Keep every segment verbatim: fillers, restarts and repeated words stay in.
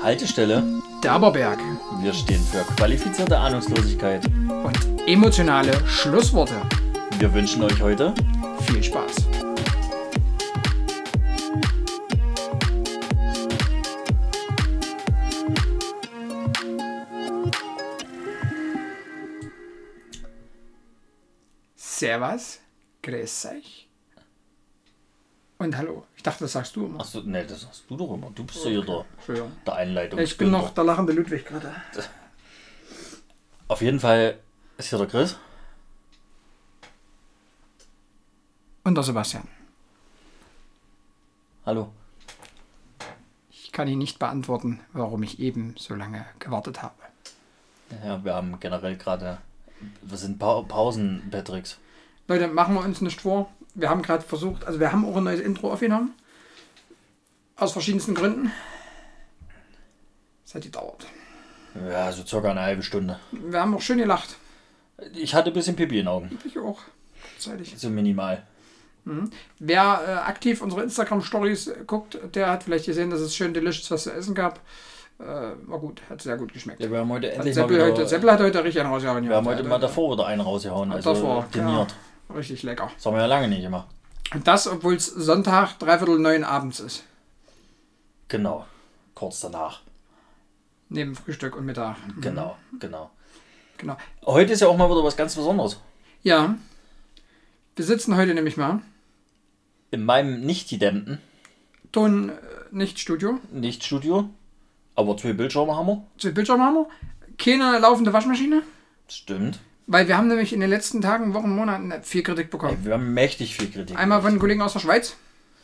Haltestelle Derberberg Wir stehen für qualifizierte Ahnungslosigkeit. und emotionale Schlussworte. Wir wünschen euch heute Viel Spaß. Servus, grüß euch und hallo. Ich dachte, das sagst du immer. Achso, ne, das sagst du doch immer. Du bist ja hier der, Entschuldigung. der Einleitung. Ich bin noch der lachende Ludwig gerade. Auf jeden Fall ist hier der Chris. Und der Sebastian. Hallo. Ich kann Ihnen nicht beantworten, warum ich eben so lange gewartet habe. Ja, wir haben generell gerade, wir sind pa Pausen, Patricks. Leute, machen wir uns nicht vor. Wir haben gerade versucht, also wir haben auch ein neues Intro aufgenommen. Aus verschiedensten Gründen. Das hat gedauert. Ja, so circa eine halbe Stunde. Wir haben auch schön gelacht. Ich hatte ein bisschen Pipi in den Augen. Ich auch. Zeitig. So minimal. Mhm. Wer äh, aktiv unsere Instagram-Stories äh, guckt, der hat vielleicht gesehen, dass es schön delicious was zu essen gab. Äh, war gut, hat sehr gut geschmeckt. Ja, wir haben heute Hat endlich mal Seppel, wieder, heute, Seppel hat heute richtig einen rausgehauen. wir haben heute mal davor wieder einen rausgehauen. Also davor, diniert. ja, richtig lecker. Das haben wir ja lange nicht gemacht. Und das, obwohl es Sonntag, dreiviertel neun abends ist. Genau. Kurz danach. Neben Frühstück und Mittag. Mhm. Genau, genau. Genau. Heute ist ja auch mal wieder was ganz Besonderes. Ja, wir sitzen heute nämlich mal. In meinem nicht gedämmten Ton äh, nicht Studio. Nicht-Studio. Aber zwei Bildschirme haben wir. Zwei Bildschirme haben wir. Keine laufende Waschmaschine. Stimmt. Weil wir haben nämlich in den letzten Tagen, Wochen, Monaten viel Kritik bekommen. Ey, wir haben mächtig viel Kritik. Einmal von Kollegen aus der Schweiz.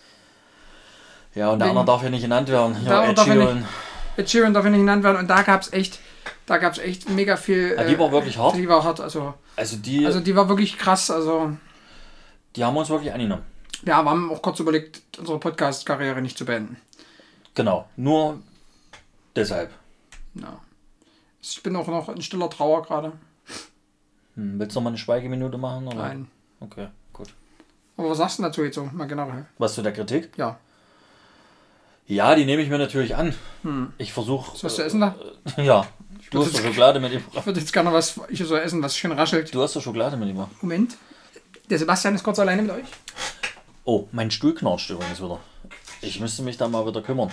Ja, und der Wegen- andere darf ja nicht genannt werden. Der Ja, andere Ed darf ja nicht- Sheeran. Ed Sheeran darf ja nicht genannt werden. Und da gab es echt, da gab es echt mega viel. Ja, die war wirklich hart. Die war hart. Also, Also die, also die war wirklich krass. Also die haben uns wirklich angenommen. ja, wir haben auch kurz überlegt, unsere Podcast-Karriere nicht zu beenden. Genau. Nur deshalb. Ja. Ich bin auch noch in stiller Trauer gerade. Hm, willst du noch mal eine Schweigeminute machen? Oder? Nein. Okay, gut. Aber was sagst du dazu jetzt so, mal generell? Was zu der Kritik? Ja. Ja, die nehme ich mir natürlich an. Hm. Ich versuche... Was hast du essen da? Äh, ja. Du hast jetzt- doch Schokolade mitgebracht. Ich würde jetzt gerne was ich so essen, was schön raschelt. Du hast doch Schokolade mitgebracht. Moment. Der Sebastian ist kurz alleine mit euch. Oh, mein Stuhl knatscht übrigens wieder. Ich müsste mich da mal wieder kümmern.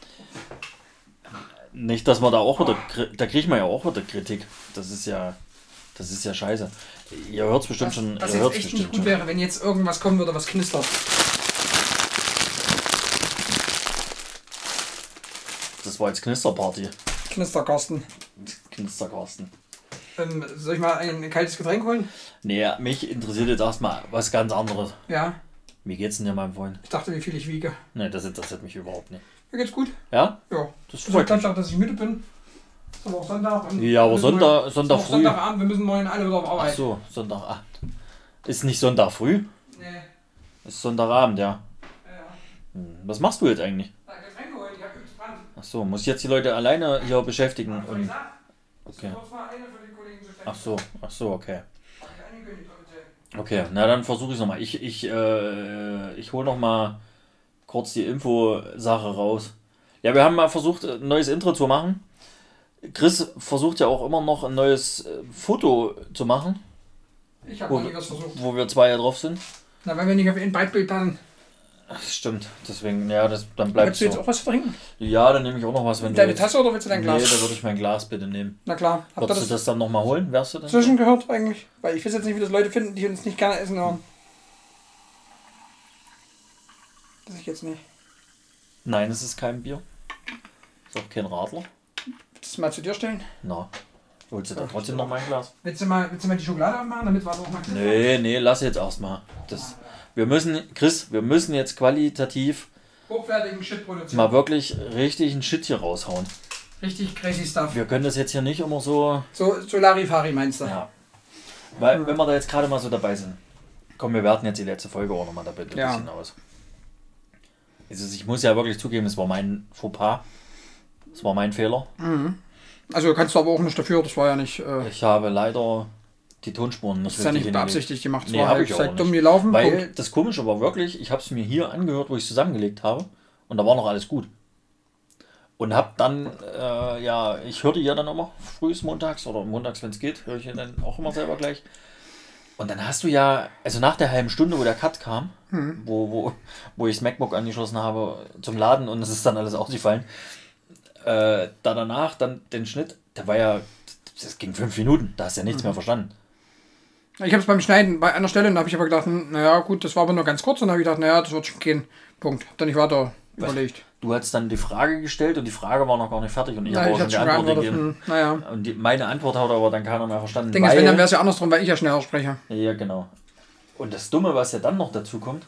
Nicht, dass man da auch wieder... Kri- Da kriegt man ja auch wieder Kritik. Das ist ja... Das ist ja scheiße. Ihr hört es bestimmt Was, schon. was Ihr jetzt hört's echt nicht bestimmt gut schon. wäre, wenn jetzt irgendwas kommen würde, was knistert. Das war jetzt Knisterparty. Knisterkarsten. Knisterkarsten. Ähm, soll ich mal ein kaltes Getränk holen? Nee, mich interessiert jetzt erstmal was ganz anderes. Ja. Wie geht's denn dir, mein Freund? Ich dachte, wie viel ich wiege. Nee, das interessiert mich überhaupt nicht. Mir geht's gut. Ja? Ja. Das Das ist freut mich. Tatsache, dass ich müde bin. Ist aber auch Sonntag. und Ja, aber wir müssen Sonntag, morgen- Sonntag auch früh. Sonntagabend, wir müssen morgen alle wieder auf Ach Arbeit. so, Sonntagabend. Ist nicht Sonntag früh? Nee. Ist Sonntagabend, ja. Ja, ja. Hm, Was machst du jetzt eigentlich? Da Getränke holen, ich hab übelst Brand. Ach so, muss ich jetzt die Leute alleine hier beschäftigen? Hab ich Und, gesagt? okay. Kurz mal eine für die Kollegen zu stecken. Ach so, ach so, okay. Hab ich angekündigt, offiziell. Okay, na dann versuche ich es nochmal. Ich, ich, äh, ich hole nochmal kurz die Info-Sache raus. Ja, wir haben mal versucht, ein neues Intro zu machen. Chris versucht ja auch immer noch ein neues äh, Foto zu machen, Ich hab Wo- noch nie was versucht. wo wir zwei ja drauf sind. Na, weil wir nicht auf ein Beitbild passen. Ach, stimmt, deswegen, ja, das, dann bleibt Willst du jetzt so. auch was trinken? Ja, dann nehme ich auch noch was, wenn Deine du... Tasse oder willst du dein Glas? Nee, da würde ich mein Glas bitte nehmen. Na klar. Habt ihr Würdest das, du das dann nochmal holen? Wärst du denn? zwischengehört eigentlich? Weil ich weiß jetzt nicht, wie das Leute finden, die uns nicht gerne essen hören. Das ich jetzt nicht. Nein, es ist kein Bier. Ist auch kein Radler. Willst du mal zu dir stellen? Na, holst du da trotzdem noch mein Glas? Willst du mal, willst du mal die Schokolade aufmachen, damit wir das auch mal knispern? Nee, nee, lass jetzt erstmal. Das, wir müssen, Chris, wir müssen jetzt qualitativ Hochwertigen Shit produzieren. mal wirklich richtig einen Shit hier raushauen. Richtig crazy Stuff. Wir können das jetzt hier nicht immer so. So, so Larifari meinst du? Ja. Weil, wenn wir da jetzt gerade mal so dabei sind. Komm, wir werten jetzt die letzte Folge auch nochmal dabei ein Ja. bisschen aus. Also ich muss ja wirklich zugeben, es war mein Fauxpas. Es war mein Fehler. Mhm. Also kannst du aber auch nicht dafür, das war ja nicht, äh, Ich habe leider die Tonspuren nicht das ist ja richtig nicht beabsichtigt gemacht. Es Nee, war hab halt, ich auch halt nicht. dumm gelaufen. Weil Punkt. das Komische war wirklich, ich habe es mir hier angehört, wo ich es zusammengelegt habe. Und da war noch alles gut. Und hab dann, äh, ja, ich höre die ja dann immer frühs montags oder montags, wenn es geht, höre ich ihn dann auch immer selber gleich. Und dann hast du ja, also nach der halben Stunde, wo der Cut kam, Hm. wo, wo, wo ich das MacBook angeschlossen habe zum Laden und es ist dann alles ausgefallen, äh, da danach dann den Schnitt, der war ja, das ging fünf Minuten, da hast du ja nichts Mhm. mehr verstanden. Ich habe es beim Schneiden bei einer Stelle, da habe ich aber gedacht, hm, naja gut, das war aber nur ganz kurz und dann habe ich gedacht, naja, das wird schon gehen. Punkt. Hab dann nicht weiter Was? überlegt. Du hast dann die Frage gestellt und die Frage war noch gar nicht fertig und ich Ja, habe ich auch schon hatte die schon Antwort geantwortet. gegeben. Hm, naja. Und die, meine Antwort hat aber dann keiner mehr verstanden. Ich denke, wenn, dann wäre es ja andersrum, weil ich ja schneller spreche. Ja, genau. Und das Dumme, was ja dann noch dazu kommt,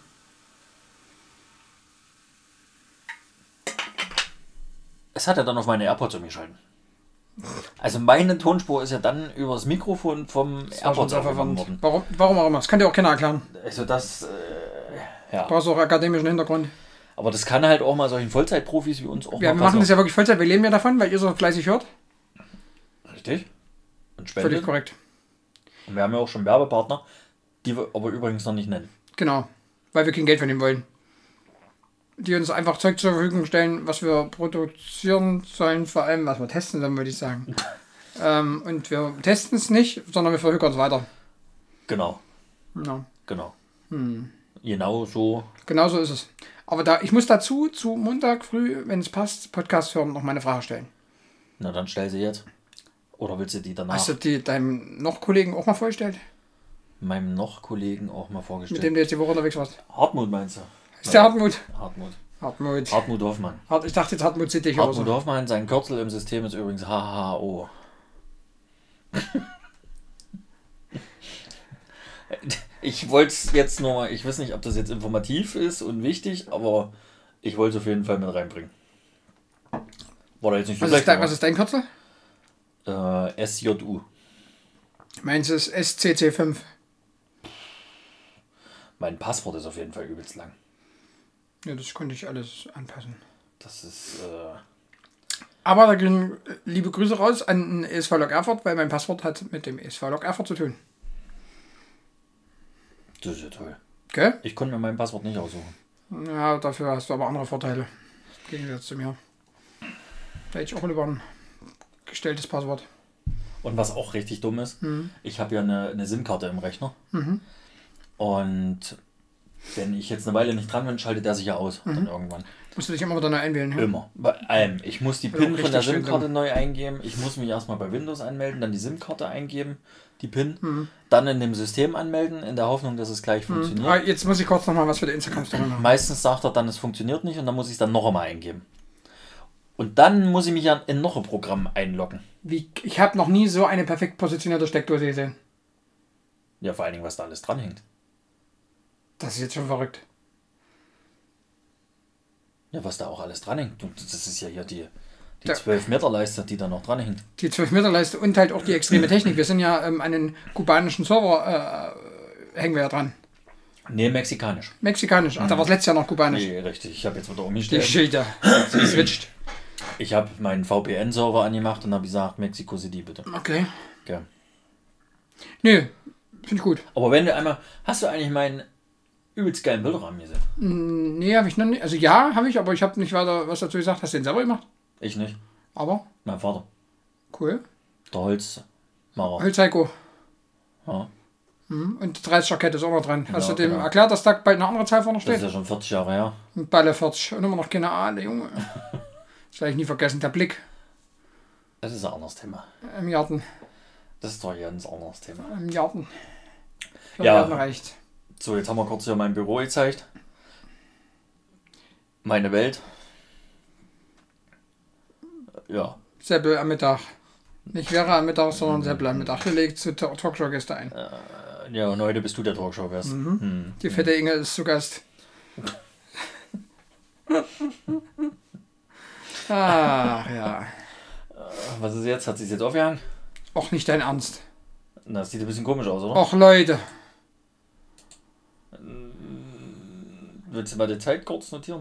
es hat ja dann auf meine AirPods umgeschalten. Also meine Tonspur ist ja dann über das Mikrofon vom Das war schon AirPods sehr aufgenommen verwandt. worden. Warum, warum auch immer. Das kann dir auch keiner erklären. Also das, äh, ja. Du brauchst auch akademischen Hintergrund. Aber das kann halt auch mal solchen Vollzeitprofis wie uns auch Ja, wir mal machen das ja wirklich Vollzeit. Wir leben ja davon, weil ihr so fleißig hört. Richtig. Und Völlig spendet. korrekt. Und wir haben ja auch schon Werbepartner, die wir aber übrigens noch nicht nennen. Genau. Weil wir kein Geld von ihm wollen. Die uns einfach Zeug zur Verfügung stellen, was wir produzieren sollen, vor allem was wir testen sollen, würde ich sagen. ähm, und wir testen es nicht, sondern wir verhökern es weiter. Genau, Ja. genau. Hm. Genau so. Genau so ist es. Aber da, ich muss dazu zu Montag früh, wenn es passt, Podcast hören, noch meine Frage stellen. Na, dann stell sie jetzt. Oder willst du die danach Hast du die deinem noch Kollegen auch mal vorgestellt? meinem noch Kollegen auch mal Mit vorgestellt? dem du jetzt die Woche unterwegs warst? Hartmut meinst du? Ist der Hartmut? Hartmut. Hartmut. Hartmut Hoffmann. Hart, ich dachte jetzt Hartmut Sittig oder Hartmut so. Hoffmann, sein Kürzel im System ist übrigens H H O. Ich wollte es jetzt nur mal, ich weiß nicht, ob das jetzt informativ ist und wichtig, aber ich wollte es auf jeden Fall mit reinbringen. War da jetzt nicht so Was ist, schlecht, dein, was ist dein Kürzel? aber, äh, S J U. Meins ist S C C fünf. Mein Passwort ist auf jeden Fall übelst lang. Ja, das konnte ich alles anpassen. Das ist, äh, Aber da gehen liebe Grüße raus an den E S V-Log Erfurt, weil mein Passwort hat mit dem E S V-Log Erfurt zu tun. das ist ja toll. Gell? Ich konnte mir mein Passwort nicht aussuchen. Ja, dafür hast du aber andere Vorteile. Im Gegensatz zu mir. Da hätte ich auch lieber ein gestelltes Passwort. Und was auch richtig dumm ist, Mhm. ich habe ja eine, eine SIM-Karte im Rechner. Mhm. Und wenn ich jetzt eine Weile nicht dran bin, schaltet der sich ja aus. Mhm. Dann irgendwann. Musst du dich immer wieder neu einwählen. Ja? Immer. Bei allem. Ich muss die Ja, PIN auch von der richtig schön SIM-Karte neu eingeben. Ich muss mich erstmal bei Windows anmelden, dann die SIM-Karte eingeben, die PIN. Mhm. Dann in dem System anmelden, in der Hoffnung, dass es gleich funktioniert. Ah, jetzt muss ich kurz nochmal was für die Instagram-Story machen. Meistens sagt er dann, es funktioniert nicht und dann muss ich es dann noch einmal eingeben. Und dann muss ich mich ja in noch ein Programm einloggen. Wie, ich habe noch nie so eine perfekt positionierte Steckdose gesehen. Ja, vor allen Dingen, was da alles dranhängt. Das ist jetzt schon verrückt. Ja, was da auch alles dranhängt. Und das ist ja hier die, die Ja. zwölf Meter Leiste, die da noch dranhängt. Die zwölf Meter Leiste und halt auch die extreme Technik. Wir sind ja ähm, an den kubanischen Server äh, hängen wir ja dran. Nee, mexikanisch. Mexikanisch. Ach, da war es letztes Jahr noch kubanisch. Nee, richtig. Ich habe jetzt wieder Die umgestellt. Schilder. Sie switcht. Ich habe meinen V P N-Server angemacht und habe gesagt, Mexico City bitte. Okay. Okay. Nö, finde ich gut. Aber wenn du einmal, hast du eigentlich meinen übelst geilen Bilderrahmen gesehen? Nee, habe ich noch nicht. Also ja, habe ich, aber ich habe nicht weiter was dazu gesagt. Hast du den selber gemacht? Ich nicht. Aber Mein Vater. cool. Der Holzmacher. Holzheiko. Ja. Mhm. Und dreißiger Kette ist auch noch dran. Hast Ja, du dem genau. erklärt, dass da bald eine andere Zahl vorne Das steht? ist ja schon vierzig Jahre her. Und Balle vierzig. Und immer noch keine Ahnung, Junge. Das werde ich nie vergessen. Der Blick Das ist ein anderes Thema. im Garten. Das ist doch ein ganz anderes Thema. Im Garten. Für Ja. Garten reicht. So, jetzt haben wir kurz hier mein Büro gezeigt. Meine Welt. Ja. Seppel am Mittag. Nicht Vera am Mittag, sondern Seppel am Mittag. Gelegt zu Ta- Talkshow-Gäste ein. Ja, und heute bist du der Talkshow-Gast. Mhm. Hm. Die fette Inge ist zu Gast. Ach ja. Was ist jetzt? Hat sie jetzt aufgehangen? Auch nicht dein Ernst. Na, das sieht ein bisschen komisch aus, oder? Och Leute. Willst du mal die Zeit kurz notieren?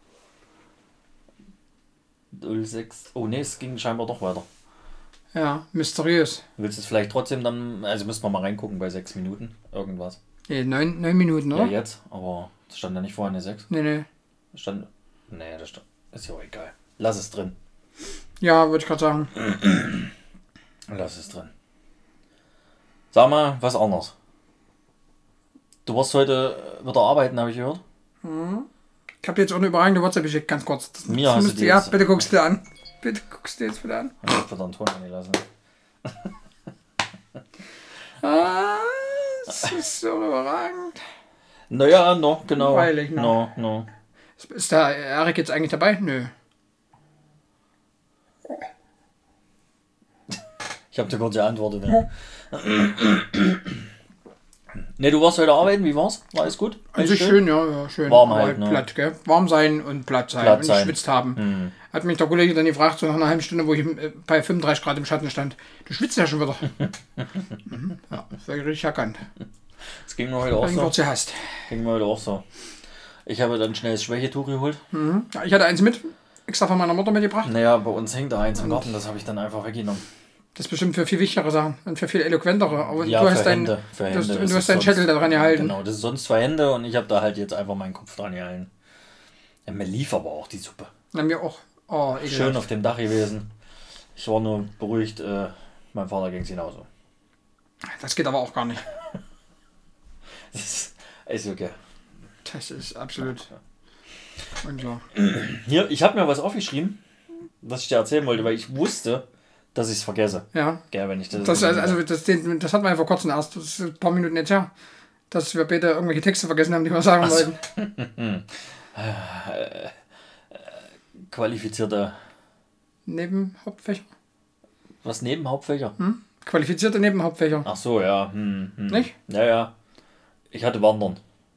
null sechs. Oh ne, es ging scheinbar doch weiter. Ja, mysteriös. Willst du es vielleicht trotzdem dann, also müssen wir mal reingucken bei sechs Minuten, irgendwas. Nee, neun, neun Minuten, Ja, oder? jetzt, aber es stand ja nicht vorher eine sechs. Nee, nee. Stand, nee, das stand, ist ja auch egal. Lass es drin. Ja, würde ich gerade sagen. Lass es drin. Sag mal, was anderes. Du warst heute wieder arbeiten, habe ich gehört. Mhm. Ich habe dir jetzt auch eine überragende WhatsApp geschickt, ganz kurz. Das, Mir das hast musst du du, die ja, jetzt- bitte guckst du an. Bitte guckst du jetzt wieder an. Ich hab wieder einen Ton angelassen. Ah, das ist so überragend. Naja, no, genau. Freilich noch. No, no. Ist da Erik jetzt eigentlich dabei? Nö. Ich habe dir kurz geantwortet. Ne? Ne, du warst heute arbeiten, wie war's? War alles gut? An Alles sich schön, ja, ja, schön. Warm Aber halt, ne? platt, gell? Warm sein und platt sein Platt und sein. geschwitzt haben. Hm. Hat mich der Kollege dann gefragt, so nach einer halben Stunde, wo ich äh, bei fünfunddreißig Grad im Schatten stand. Du schwitzt ja schon wieder. Mhm. Ja, das war richtig erkannt. Das ging mir heute auch Hab ich so. kurz gehasst. Ging mir heute auch so. Ich habe dann schnell das Schwächetuch geholt. Mhm. Ja, ich hatte eins mit, extra von meiner Mutter mitgebracht. Naja, bei uns hängt da eins im Garten, das habe ich dann einfach weggenommen. Das ist bestimmt für viel wichtigere Sachen und für viel eloquentere. Aber Ja, du für hast dein, Hände. Für du hast, Hände. und Das du ist hast deinen sonst- Schädel da dran gehalten. Genau, das ist sonst zwei Hände und ich habe da halt jetzt einfach meinen Kopf dran gehalten. Ja, mir lief aber auch die Suppe. Na, mir auch. Oh, ekelhaft. Schön auf dem Dach gewesen. Ich war nur beruhigt, äh, meinem Vater ging es genauso. Das geht aber auch gar nicht. Das ist, ist okay. Das ist absolut unklar. Hier, ich habe mir was aufgeschrieben, was ich dir erzählen wollte, weil ich wusste, dass ich es vergesse. Ja. Gell, wenn ich das, Das, also, also das, den, das hatten wir ja vor kurzem erst, das ist ein paar Minuten jetzt her, dass wir beide irgendwelche Texte vergessen haben, die wir sagen Ach so. wollten. qualifizierte, Nebenhauptfächer? was neben Hauptfächer? Hm? Qualifizierte Nebenhauptfächer. Ach so, ja. Hm, hm. Nicht? Ja, ja. Ich hatte Wandern.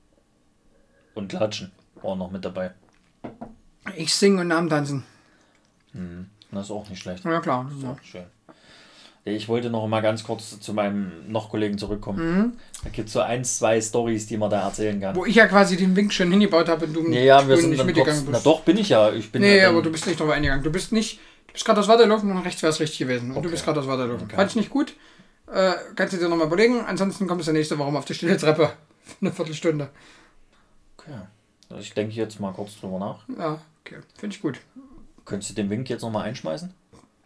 Und Klatschen war noch mit dabei. Ich singe und Namen tanzen. Hm. Das ist auch nicht schlecht. Ja, klar. Das ist Ja. auch schön. Ich wollte noch mal ganz kurz zu meinem noch Kollegen zurückkommen. Mhm. Da gibt es so ein, zwei Storys, die man da erzählen kann. Wo ich ja quasi den Wink schon hingebaut habe und du, Nee, ja, wir du sind nicht dann kurz, mitgegangen na bist. doch, bin ich ja. Ich bin Nee, ja dann, aber du bist nicht drauf eingegangen. Du bist nicht, du bist gerade aus weiterlaufen und rechts wäre es richtig gewesen. Und Okay. du bist gerade aus weiterlaufen. Okay. Fand ich nicht gut. Äh, kannst du dir nochmal überlegen. Ansonsten kommst du nächste Woche mal auf die stille Treppe. Für eine Viertelstunde. Okay. Also ich denke jetzt mal kurz drüber nach. Ja, okay. Finde ich gut. Könntest du den Wink jetzt noch mal einschmeißen?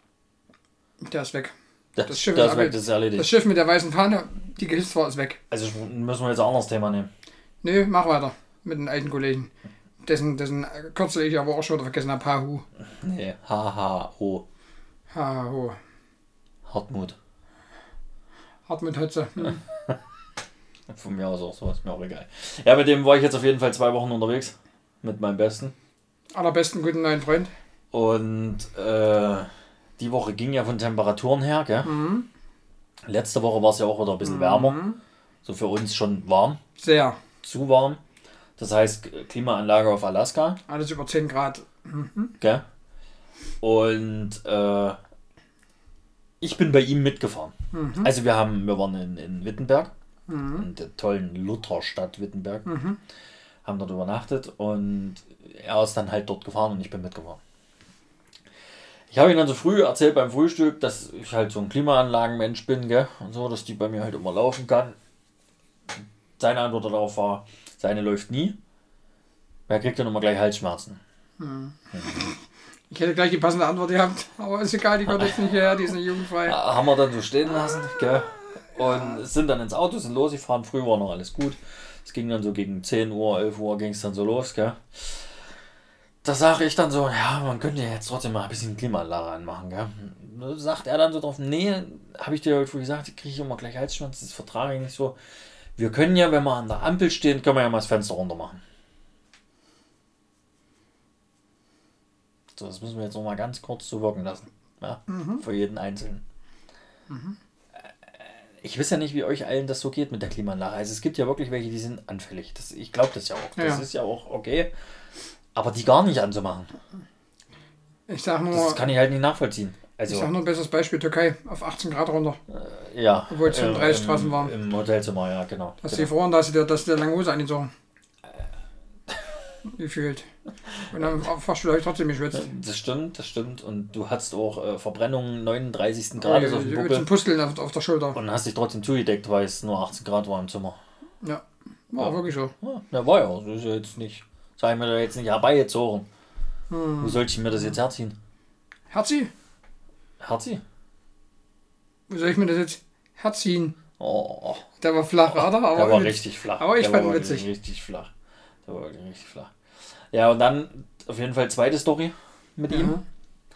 Der ist weg. Das, Das Schiff das ist ist weg, abge- das ist erledigt. Das Schiff mit der weißen Fahne, die gehisst war, ist weg. Also müssen wir jetzt ein anderes Thema nehmen. Nö, mach weiter. Mit den alten Kollegen. Dessen, dessen Kürzel ich aber auch schon wieder vergessen habe. Hahu. Nee, H H O. Hahu. Hartmut. Hartmut Hötze. Hm. Von mir aus auch so, ist mir auch egal. Ja, mit dem war ich jetzt auf jeden Fall zwei Wochen unterwegs. Mit meinem Besten. Allerbesten guten neuen Freund. Und äh, die Woche ging ja von Temperaturen her, gell? Mhm. Letzte Woche war es ja auch wieder ein bisschen wärmer. So für uns schon warm. Sehr. Zu warm. Das heißt Klimaanlage auf Alaska. Alles über zehn Grad. Gell? Und äh, ich bin bei ihm mitgefahren. Mhm. Also wir haben, wir waren in, in Wittenberg, Mhm. in der tollen Lutherstadt Wittenberg, Mhm. haben dort übernachtet und er ist dann halt dort gefahren und ich bin mitgefahren. Ich habe ihm dann so früh erzählt beim Frühstück, dass ich halt so ein Klimaanlagenmensch bin, gell? Und so, dass die bei mir halt immer laufen kann. Seine Antwort darauf war, seine läuft nie. Wer kriegt dann immer gleich Halsschmerzen? Ich hätte gleich die passende Antwort gehabt, aber ist egal, die kommt jetzt nicht her, die ist nicht jugendfrei. Haben wir dann so stehen lassen, gell? Und sind dann ins Auto, sind losgefahren. Früh war noch alles gut. Es ging dann so gegen zehn Uhr, elf Uhr ging es dann so los, gell? Da sage ich dann so, ja, man könnte ja jetzt trotzdem mal ein bisschen Klimaanlage anmachen, gell? Da sagt er dann so drauf, nee, habe ich dir heute früh gesagt, kriege ich immer gleich Halsschmerzen, das vertrage ich nicht so. Wir können ja, wenn wir an der Ampel stehen, können wir ja mal das Fenster runter machen. So, das müssen wir jetzt noch mal ganz kurz so wirken lassen. Ja, Mhm. für jeden Einzelnen. Ich weiß ja nicht, wie euch allen das so geht mit der Klimaanlage. Also es gibt ja wirklich welche, die sind anfällig. Das, ich glaube das ja auch. Das Ja. ist ja auch okay. Aber die gar nicht anzumachen, Ich sag nur, das kann ich halt nicht nachvollziehen. ich sag Also, nur besseres Beispiel Türkei, auf achtzehn Grad runter. ja. Obwohl es fünfunddreißig im- draußen war. Im Hotelzimmer, ja, genau. Hast du genau. gefroren, da hast du dir, dass du dir lange Hose angezogen. Gefühlt. Und dann fast habe ich trotzdem geschwitzt. Das stimmt, das stimmt. Und du hast auch äh, Verbrennungen neununddreißig Ja, Grad auf dem mit Buckel zum Pusteln auf, auf der Schulter. und hast dich trotzdem zugedeckt, weil es nur achtzehn Grad war im Zimmer. Ja, war Ja. wirklich so. Ja, der war ja. Das ist ja jetzt nicht, sei mir da jetzt nicht herbeigezogen. Hm. Wie sollte ich mir das jetzt herziehen? Herzi? Herzi? Wie soll ich mir das jetzt herziehen? Oh, Der war flach, oder? Aber der war mit- richtig flach. aber ich der fand war ihn wirklich witzig. richtig flach. Der war wirklich richtig flach. Ja, und dann auf jeden Fall zweite Story mit ihm. Ja.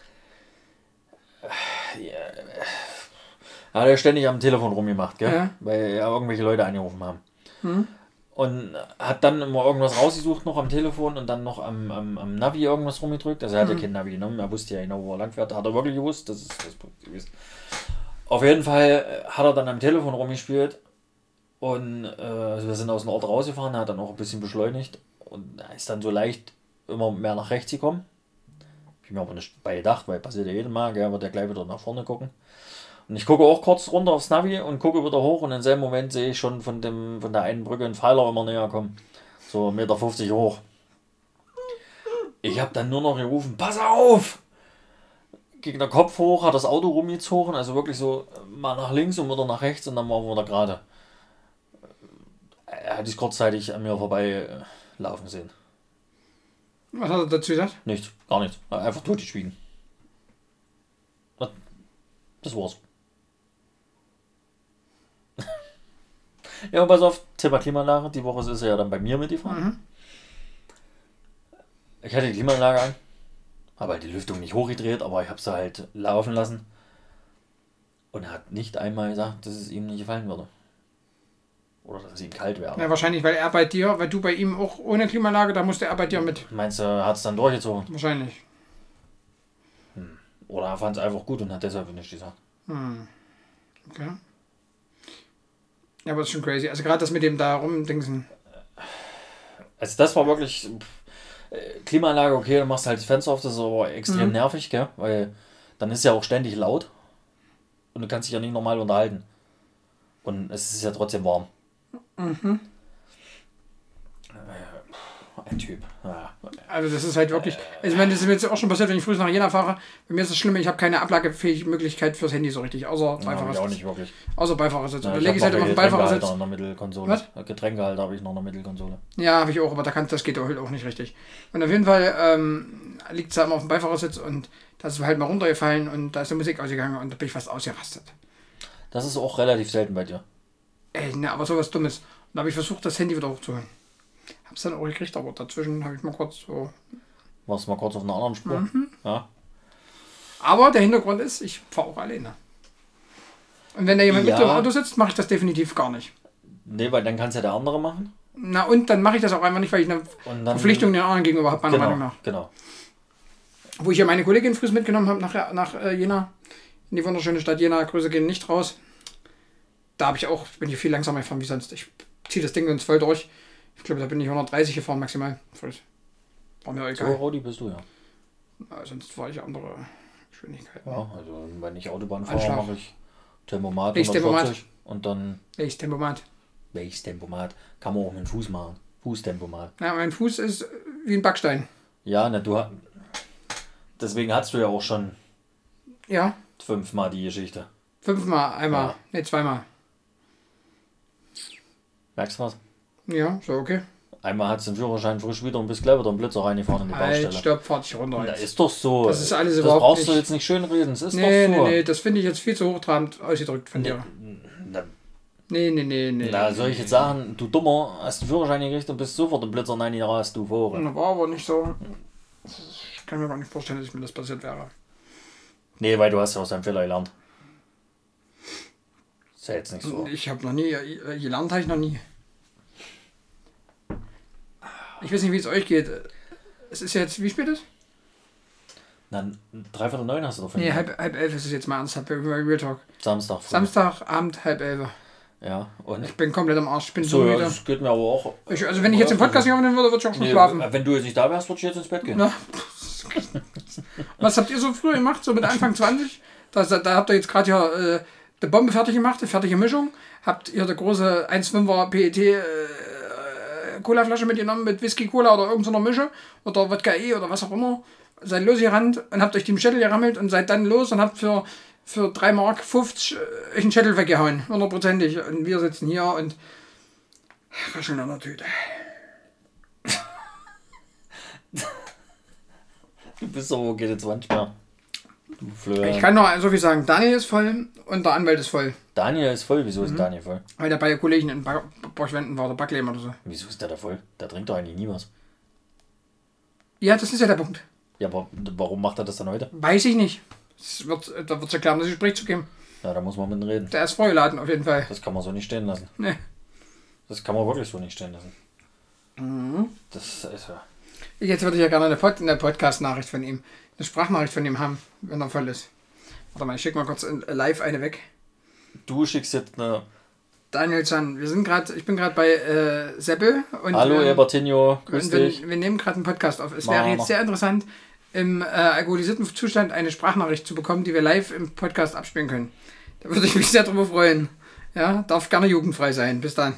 Hat er ständig am Telefon rumgemacht, gell? Ja. Weil ja irgendwelche Leute angerufen haben. Hm. Und hat dann immer irgendwas rausgesucht noch am Telefon und dann noch am, am, am Navi irgendwas rumgedrückt. Also er hat ja kein Navi genommen, er wusste ja genau, wo er lang fährt. Hat er wirklich gewusst, das ist das Positive. Auf jeden Fall hat er dann am Telefon rumgespielt und äh, also wir sind aus dem Ort rausgefahren, er hat dann auch ein bisschen beschleunigt und er ist dann so leicht immer mehr nach rechts gekommen. Hab ich mir aber nicht bei gedacht, weil passiert ja jedem Mal, gell, wird der gleich wieder nach vorne gucken. Und ich gucke auch kurz runter aufs Navi und gucke wieder hoch und im selben Moment sehe ich schon von, dem, von der einen Brücke einen Pfeiler immer näher kommen. So eins Komma fünfzig Meter hoch. Ich habe dann nur noch gerufen, pass auf! Gegen den Kopf hoch, hat das Auto rumgezogen, also wirklich so mal nach links und wieder nach rechts und dann waren wir wieder gerade. Er hat sich kurzzeitig an mir vorbei äh, laufen sehen. Was hat er dazu gesagt? Nichts, gar nichts. Einfach totgeschwiegen. Das war's. Ja, pass auf, Thema Klimaanlage. Die Woche ist er ja dann bei mir mitgefahren. Mhm. Ich hatte die Klimaanlage an, habe halt die Lüftung nicht hochgedreht, aber ich habe sie halt laufen lassen. Und er hat nicht einmal gesagt, dass es ihm nicht gefallen würde. Oder dass es ihm kalt wäre. Ja, wahrscheinlich, weil er bei dir, weil du bei ihm auch ohne Klimaanlage, da musste er bei dir mit. Meinst du, er hat es dann durchgezogen? Wahrscheinlich. Oder er fand es einfach gut und hat deshalb nicht gesagt. Hm. Okay. Ja, aber das ist schon crazy. Also gerade das mit dem da rumdingsen. Also das war wirklich... pff, äh, Klimaanlage, okay, du machst halt das Fenster auf, das ist aber extrem Mhm. nervig, gell? Weil dann ist ja auch ständig laut und du kannst dich ja nicht normal unterhalten. Und es ist ja trotzdem warm. Mhm. Ein Typ. Ja. Also das ist halt wirklich, also ich meine, das ist mir jetzt auch schon passiert, wenn ich früh nach Jena fahre. Bei mir ist das Schlimme, ich habe keine ablagefähige Möglichkeit fürs Handy so richtig, außer Ja, hab ich auch Beifahrersitz. nicht wirklich. Außer Beifahrersitz. Ja, Da ich lege ich hab halt noch immer auf den Getränkehalter Beifahrersitz. in der Mittelkonsole. Was? Getränkehalter habe ich noch in der Mittelkonsole. Ja, habe ich auch, aber da kann, das geht auch, auch nicht richtig. Und auf jeden Fall ähm, liegt es da immer auf dem Beifahrersitz und da ist es halt mal runtergefallen und da ist die Musik ausgegangen und da bin ich fast ausgerastet. Das ist auch relativ selten bei dir. Ey, ne, aber sowas Dummes. Und da habe ich versucht, das Handy wieder hochzuholen. Hab's dann auch gekriegt, aber dazwischen habe ich mal kurz so... Warst mal kurz auf einer anderen Spur. Mhm. Ja. Aber der Hintergrund ist, ich fahre auch alleine. Und wenn da jemand Ja. mit im Auto sitzt, mache ich das definitiv gar nicht. Nee, weil dann kann es ja der andere machen. Na und dann mache ich das auch einfach nicht, weil ich eine Und dann, Verpflichtung den anderen gegenüber habe, meiner genau, Meinung nach. genau. Wo ich ja meine Kollegin früh mitgenommen habe nach, nach äh, Jena, in die wunderschöne Stadt Jena, Grüße gehen nicht raus. Da habe ich auch, bin ich viel langsamer gefahren wie sonst. Ich ziehe das Ding uns voll durch. Ich glaube, da bin ich hundertdreißig gefahren maximal. War mir So egal. Rowdy bist du ja. Na, sonst war ich andere Geschwindigkeiten. Ja, also wenn ich Autobahn fahre, Anschlag. mache ich Tempomat Welches Tempomat? hundertvierzig und dann Welches Tempomat? welches Tempomat? Kann man auch mit dem Fuß machen. Fußtempomat. Ja, mein Fuß ist wie ein Backstein. Ja, ne, du hast. Deswegen hast du ja auch schon Ja, fünfmal die Geschichte. fünfmal, einmal, Ja. ne, zweimal. Merkst du was? Ja, so okay. Einmal hat den Führerschein frisch wieder und bist gleich wieder im Blitzer reingefahren in die Halt, Baustelle. stopp, fahr dich runter. Und da jetzt. ist doch so. Das ist alles das überhaupt brauchst du nicht- jetzt nicht schön reden. Es ist Nee, doch so. nee, nee, das finde ich jetzt viel zu hochtrabend ausgedrückt von dir. Na, Nee, nee, nee, nee. na, soll ich jetzt sagen, du Dummer, hast den Führerschein gekriegt und bist sofort im Blitzer reingerast, du Vore. Das war aber nicht so. Ich kann mir gar nicht vorstellen, dass mir das passiert wäre. Nee, weil du hast ja aus deinem Fehler gelernt. Ist ja jetzt nicht so. Ich habe noch nie, äh, gelernt habe ich noch nie. Ich weiß nicht, wie es euch geht. Es ist jetzt, wie spät ist? Na, dreiviertel neun hast du doch Nee, halb, halb elf ist es jetzt mal ernsthaft bei Real Talk. Samstag früh. Samstagabend, halb elf. Ja, und Ich bin komplett am Arsch, ich bin so, so, ja, müde. das geht mir aber auch. Ich, also wenn ich jetzt den Podcast nicht aufnehmen würde, würde ich auch schon Nee, schlafen. wenn du jetzt nicht da wärst, würde ich jetzt ins Bett gehen. Na. Was habt ihr so früher gemacht, so mit Anfang zwanzig? Da, da habt ihr jetzt gerade ja äh, die Bombe fertig gemacht, die fertige Mischung. Habt ihr die große eins Komma fünfer P E T äh, Colaflasche mitgenommen mit Whisky Cola oder irgendeiner Mische oder Wodka E oder was auch immer. Seid losgerannt und habt euch die Schädel gerammelt und seid dann los und habt für, für drei Mark fünfzig äh, euch einen Schädel weggehauen. Hundertprozentig. Und wir sitzen hier und rascheln an der Tüte. Du bist so, geht jetzt manchmal. Florian. Ich kann noch so viel sagen. Daniel ist voll und der Anwalt ist voll. Daniel ist voll. Wieso ist Mhm. Daniel voll? Weil der bei Kollegen in ba Borchwenden war, der Backleben oder so. Wieso ist der da voll? Der trinkt doch eigentlich nie was. Ja, das ist ja der Punkt. Ja, aber warum macht er das dann heute? Weiß ich nicht. Es wird, da wird es erklären, das Gespräch zu geben. Ja, da muss man mit ihm reden. Der ist vorgeladen auf jeden Fall. Das kann man so nicht stehen lassen. Nee. Das kann man wirklich so nicht stehen lassen. Mhm. Das ist ja... Jetzt würde ich ja gerne eine, Pod eine Podcast-Nachricht von ihm, eine Sprachnachricht von ihm haben, wenn er voll ist. Warte mal, ich schicke mal kurz in, live eine weg. Du schickst jetzt eine... Daniel Can, wir sind gerade, ich bin gerade bei äh, Seppel. Und, Hallo, ähm, Ebertinho, grüß und wir, dich. wir nehmen gerade einen Podcast auf. Es Machen wäre wir. jetzt sehr interessant, im äh, alkoholisierten Zustand eine Sprachnachricht zu bekommen, die wir live im Podcast abspielen können. Da würde ich mich sehr drüber freuen. Ja, darf gerne jugendfrei sein. Bis dann.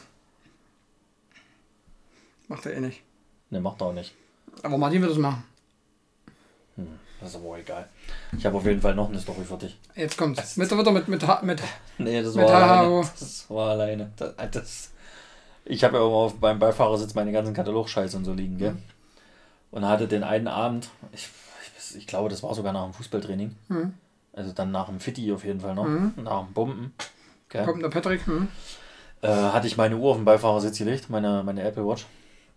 Macht er eh nicht. Ne, macht er auch nicht. Aber Martin wird es machen. Hm, das ist aber auch egal. Ich habe auf jeden Fall noch eine Story für dich. Jetzt kommt's. Mit, mit, mit, mit, mit, Nee, das Mit war alleine. Haro. Das war alleine. Das, das, ich habe ja immer auf, beim Beifahrersitz meine ganzen Katalogscheiße und so liegen, gell? Und hatte den einen Abend, ich, ich, ich glaube, das war sogar nach dem Fußballtraining. Mhm. Also dann nach dem Fitti auf jeden Fall noch. Mhm. Nach dem Bomben. Gell? kommt der Patrick. Hm. Äh, hatte ich meine Uhr auf den Beifahrersitz gelegt, meine, meine Apple Watch.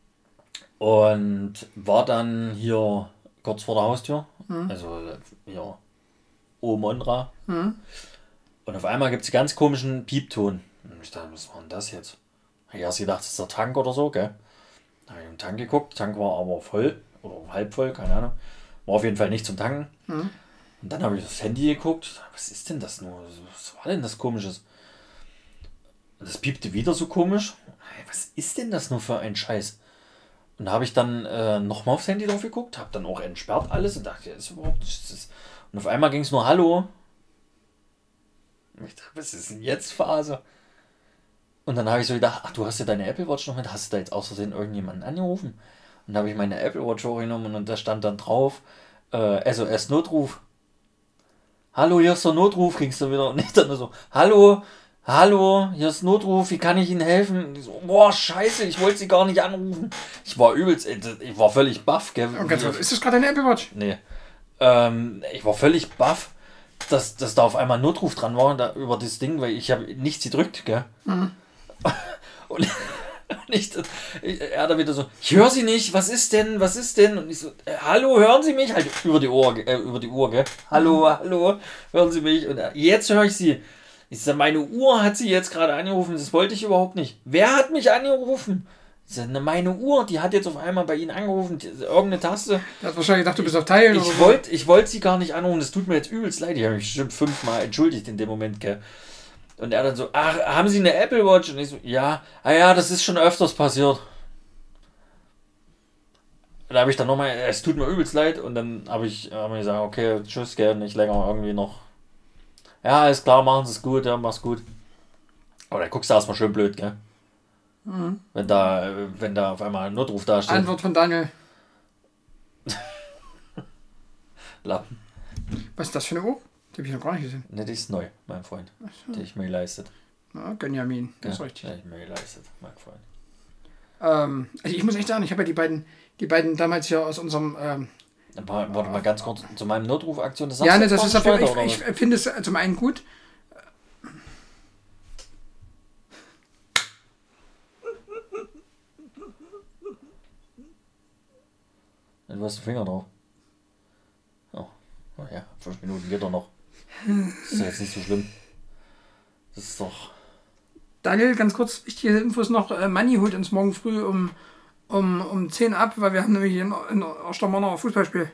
Und war dann hier kurz vor der Haustür. Mhm. Also hier Omondra. Mhm. Und auf einmal gibt es ganz komischen Piepton. Und ich dachte, was war denn das jetzt? Ich habe erst gedacht, das ist der Tank oder so, gell? Da habe ich im Tank geguckt. Der Tank war aber voll oder halb voll, keine Ahnung. War auf jeden Fall nicht zum Tanken. Mhm. Und dann habe ich aufs Handy geguckt. Was ist denn das nur? Was war denn das Komisches? Und das piepte wieder so komisch. Hey, was ist denn das nur für ein Scheiß? Und da habe ich dann äh, nochmal aufs Handy drauf geguckt, habe dann auch entsperrt alles und dachte, ist überhaupt ist das? Und auf einmal ging es nur Hallo. Und ich dachte, was ist denn jetzt Phase? Und dann habe ich so gedacht, ach, du hast ja deine Apple Watch noch mit, hast du da jetzt aus Versehen irgendjemanden angerufen? Und da habe ich meine Apple Watch hochgenommen und da stand dann drauf, äh, S O S-Notruf. Hallo, hier ist der Notruf, kriegst du wieder. Und ich dann so, hallo, hallo, hier ist Notruf, wie kann ich Ihnen helfen? Und ich so, boah, scheiße, ich wollte Sie gar nicht anrufen. Ich war übelst, ich war völlig baff, gell. Und ganz kurz, ist das gerade eine Apple Watch? Nee. Ähm, ich war völlig baff, dass, dass da auf einmal ein Notruf dran war da, über das Ding, weil ich habe nichts gedrückt, gell. Mhm. Und, und ich, ich, er da wieder so, ich höre Sie nicht, was ist denn, was ist denn? Und ich so, äh, hallo, hören Sie mich? Halt über die Uhr, äh, über die Uhr, gell. Hallo, hallo, hören Sie mich? Und äh, jetzt höre ich Sie. Ich sage, meine Uhr hat Sie jetzt gerade angerufen, das wollte ich überhaupt nicht. Wer hat mich angerufen? Ich sage, meine Uhr, die hat jetzt auf einmal bei Ihnen angerufen, die, irgendeine Taste. Der hat wahrscheinlich gedacht, du bist auf Teilen Ich oder so. wollte ich wollt Sie gar nicht anrufen, das tut mir jetzt übelst leid. Ich habe mich bestimmt fünfmal entschuldigt in dem Moment, gell. Und er dann so, ach, haben Sie eine Apple Watch? Und ich so, ja, ah ja, das ist schon öfters passiert. Da habe ich dann nochmal, es tut mir übelst leid. Und dann habe ich, hab ich gesagt, okay, tschüss, gell, nicht länger irgendwie noch. Ja, alles klar, machen Sie es gut, ja, mach's gut. Aber da guckst du erstmal schön blöd, gell? Mhm. Wenn da, wenn da auf einmal ein Notruf da steht. Antwort von Daniel. Lappen. Was ist das für eine Uhr? Die habe ich noch gar nicht gesehen. Ne, die ist neu, mein Freund. So. Die ich mir geleistet. Ja, Gönjamin, das ist ja, richtig. Die ich mir geleistet, mein Freund. Ähm, also ich muss echt sagen, ich habe ja die beiden, die beiden damals hier aus unserem... Ähm, Aber, warte mal ganz kurz, zu meinem Notrufaktion, das ja, ne, das ist auf auf jeden Fall, ich, ich finde es zum einen gut. Du hast den Finger drauf. Oh, oh ja, fünf Minuten geht doch noch. Das ist ja jetzt nicht so schlimm. Das ist doch... Daniel, ganz kurz, wichtige Infos noch. Äh, Manni holt uns morgen früh um, um, um zehn ab, weil wir haben nämlich in, in Ostermann ein Fußballspiel.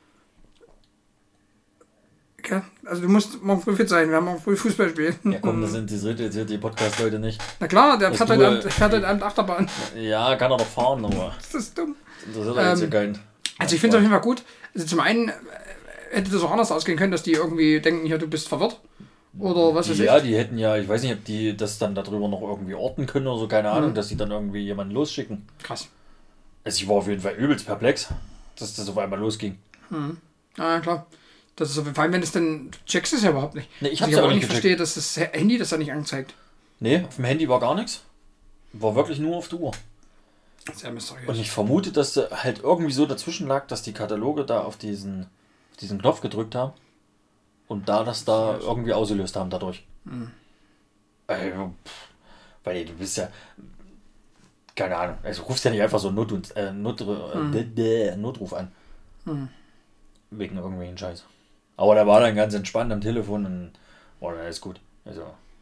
Okay. Also du musst morgen früh fit sein, wir haben morgen früh Fußballspiel. Ja komm, das interessiert jetzt hier die Podcast-Leute nicht. Na klar, der Das fährt du, heute Abend, fährt heute Abend Achterbahn. Ja, kann er doch fahren, aber... Das ist dumm. Das interessiert er jetzt ja Ähm, keinen. Also ich finde es auf jeden Fall gut. Also zum einen äh, hätte das auch anders ausgehen können, dass die irgendwie denken, hier, du bist verwirrt. Oder was weiß ich. Ja, die hätten ja, ich weiß nicht, ob die das dann darüber noch irgendwie orten können oder so, keine Ahnung, Mhm. dass sie dann irgendwie jemanden losschicken. Krass. Also ich war auf jeden Fall übelst perplex, dass das auf einmal losging. Mhm. Ja, klar. Das ist auf jeden Fall, wenn es dann, du checkst es ja überhaupt nicht. Nee, ich Was hab's ich aber aber nicht nicht verstehe, dass das Handy das da nicht anzeigt. Nee, auf dem Handy war gar nichts. War wirklich nur auf der Uhr. Sehr mysteriös. Und ich vermute, dass da halt irgendwie so dazwischen lag, dass die Kataloge da auf diesen, auf diesen Knopf gedrückt haben. und da das da irgendwie ausgelöst haben dadurch. Mhm. Also, pff, weil du bist ja, keine Ahnung, also du rufst ja nicht einfach so Not und, äh, Not, äh, mhm. Notruf an. Mhm. Wegen irgendwelchen Scheiß. Aber der war dann ganz entspannt am Telefon und war dann alles gut. Also.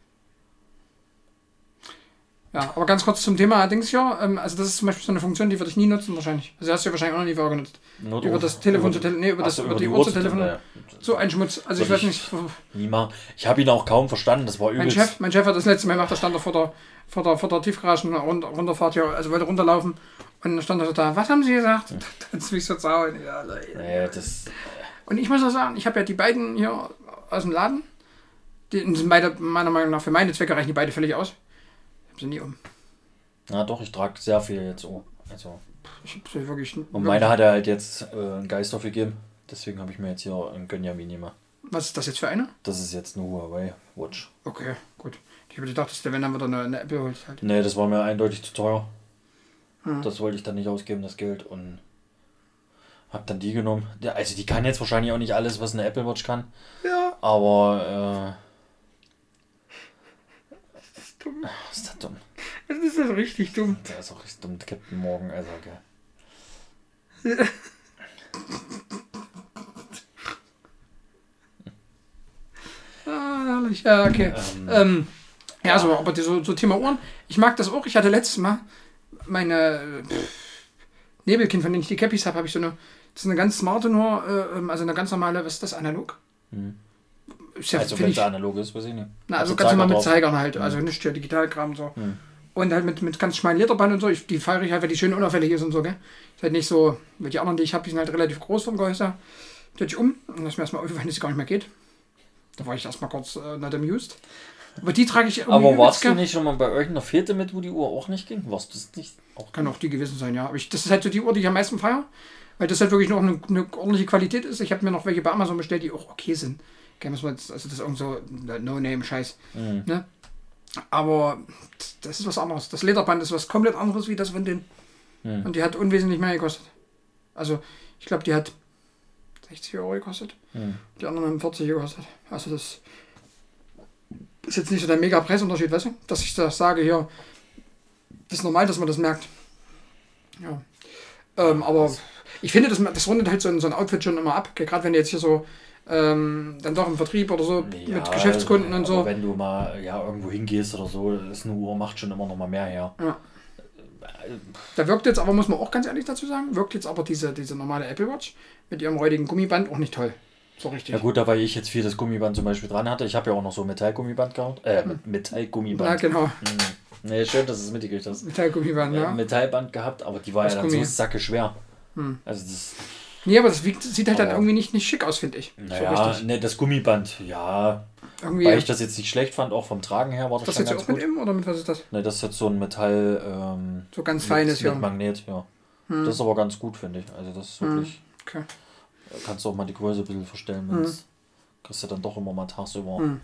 Ja, aber ganz kurz zum Thema Dings hier. Ähm, also das ist zum Beispiel so eine Funktion, die würde ich nie nutzen wahrscheinlich. Also hast du ja wahrscheinlich auch noch nie vorher genutzt. Notruf. Über das Telefon über, zu Telefon, nee, über, das, über, über die, die Uhr zu telefonieren. So ein Schmutz. Also ich weiß nicht. Nie machen. Ich habe ihn auch kaum verstanden. Das war übelst. Mein Chef, mein Chef hat das letzte Mal gemacht, da stand er vor der, vor der, vor der Tiefgarage runter, runterfahrt hier, also wollte runterlaufen. Und dann stand er so da, was haben Sie gesagt? Hm. Da hat es mich so zauen. Ja, Leute. Naja, das... Und ich muss auch sagen, ich habe ja die beiden hier aus dem Laden. Die sind beide, meiner Meinung nach, für meine Zwecke reichen die beide völlig aus. Ich habe sie nie um. Na doch, ich trage sehr viel jetzt um. Also. Ich hab sie wirklich. Und wirklich meine hat er halt jetzt äh, einen Geist aufgegeben. Deswegen habe ich mir jetzt hier einen Gönja Minima. Was ist das jetzt für eine? Das ist jetzt eine Huawei Watch. Okay, gut. Ich habe gedacht, dass der, wenn dann wieder eine, eine Apple holt. Halt. Nee, das war mir eindeutig zu teuer. Hm. Das wollte ich dann nicht ausgeben, das Geld. Und hab dann die genommen. Ja, also die kann jetzt wahrscheinlich auch nicht alles, was eine Apple Watch kann. Ja. Aber, äh... Das ist dumm. Ist das dumm? Das ist doch richtig dumm. Der ist auch richtig dumm, Captain Morgan, also, gell. Ja. Ah, herrlich. Ja, okay. Ähm, ähm, ja, ja, so, aber so, so Thema Ohren. Ich mag das auch. Ich hatte letztes Mal meine pff, Nebelkind, von denen ich die Cappies habe, habe ich so eine, das ist eine ganz smarte nur, äh, also eine ganz normale, was ist das, analog? Hm. Ist ja, also wenn es ich, analog ist, weiß ich nicht. Na, also, also ganz normal mit drauf. Zeigern halt, also hm. nicht ja Digitalkram so. Hm. Und halt mit, mit ganz schmalen Lederband und so. Ich, die feiere ich halt, weil die schön unauffällig ist und so, gell. Ist halt nicht so, weil die anderen, die ich habe, die sind halt relativ groß vom Gehäuse. Die hatte ich um und das ist mir erstmal aufgefallen, dass es gar nicht mehr geht. Da war ich erstmal kurz äh, not amused. Aber die trage ich irgendwie. Aber warst du nicht schon mal bei irgendeiner Fete mit, wo die Uhr auch nicht ging? Warst du das nicht? Auch Kann auch die gewesen sein, ja. Aber ich, das ist halt so die Uhr, die ich am meisten feiere. Weil das halt wirklich noch eine, eine ordentliche Qualität ist. Ich habe mir noch welche bei Amazon bestellt, die auch okay sind. Okay, muss man jetzt, also das ist irgend so No-Name-Scheiß. Mhm. Ne? Aber das ist was anderes. Das Lederband ist was komplett anderes wie das von denen. Mhm. Und die hat unwesentlich mehr gekostet. Also, ich glaube, die hat sechzig Euro gekostet. Mhm. Die anderen haben vierzig gekostet. Also das ist jetzt nicht so der mega Preisunterschied, weißt du? Dass ich das sage hier, das ist normal, dass man das merkt. Ja. Ähm, aber ich finde, das, das rundet halt so ein, so ein Outfit schon immer ab. Gerade wenn du jetzt hier so ähm, dann doch im Vertrieb oder so ja, mit Geschäftskunden und so. Wenn du mal ja, irgendwo hingehst oder so, ist eine Uhr macht schon immer noch mal mehr her. Ja. Da wirkt jetzt aber, muss man auch ganz ehrlich dazu sagen, wirkt jetzt aber diese, diese normale Apple Watch mit ihrem räudigen Gummiband auch nicht toll. So richtig. Ja gut, da weil ich jetzt viel das Gummiband zum Beispiel dran hatte. Ich habe ja auch noch so Metallgummiband gehabt. Äh, hm. Metallgummiband. Ja, genau. Hm. Nee, schön, dass du es mitgekriegt hast. Metallgummiband, ja. Metallband gehabt, aber die war das ja dann Gummi. So sacke schwer. Hm. Also das... Nee, aber das wiegt, sieht halt aber dann irgendwie nicht, nicht schick aus, finde ich. Naja, so ne, das Gummiband, ja. Irgendwie, weil ich das jetzt nicht schlecht fand, auch vom Tragen her war das, das schon ganz gut. Das jetzt auch mit ihm oder mit was ist das? Ne, das ist jetzt so ein Metall... Ähm, so ganz feines, mit, ja. Mit Magnet, ja. Hm. Das ist aber ganz gut, finde ich. Also das ist wirklich... Hm. Okay. Kannst du auch mal die Größe ein bisschen verstellen, hm. kriegst du dann doch immer mal tagsüber. Hm.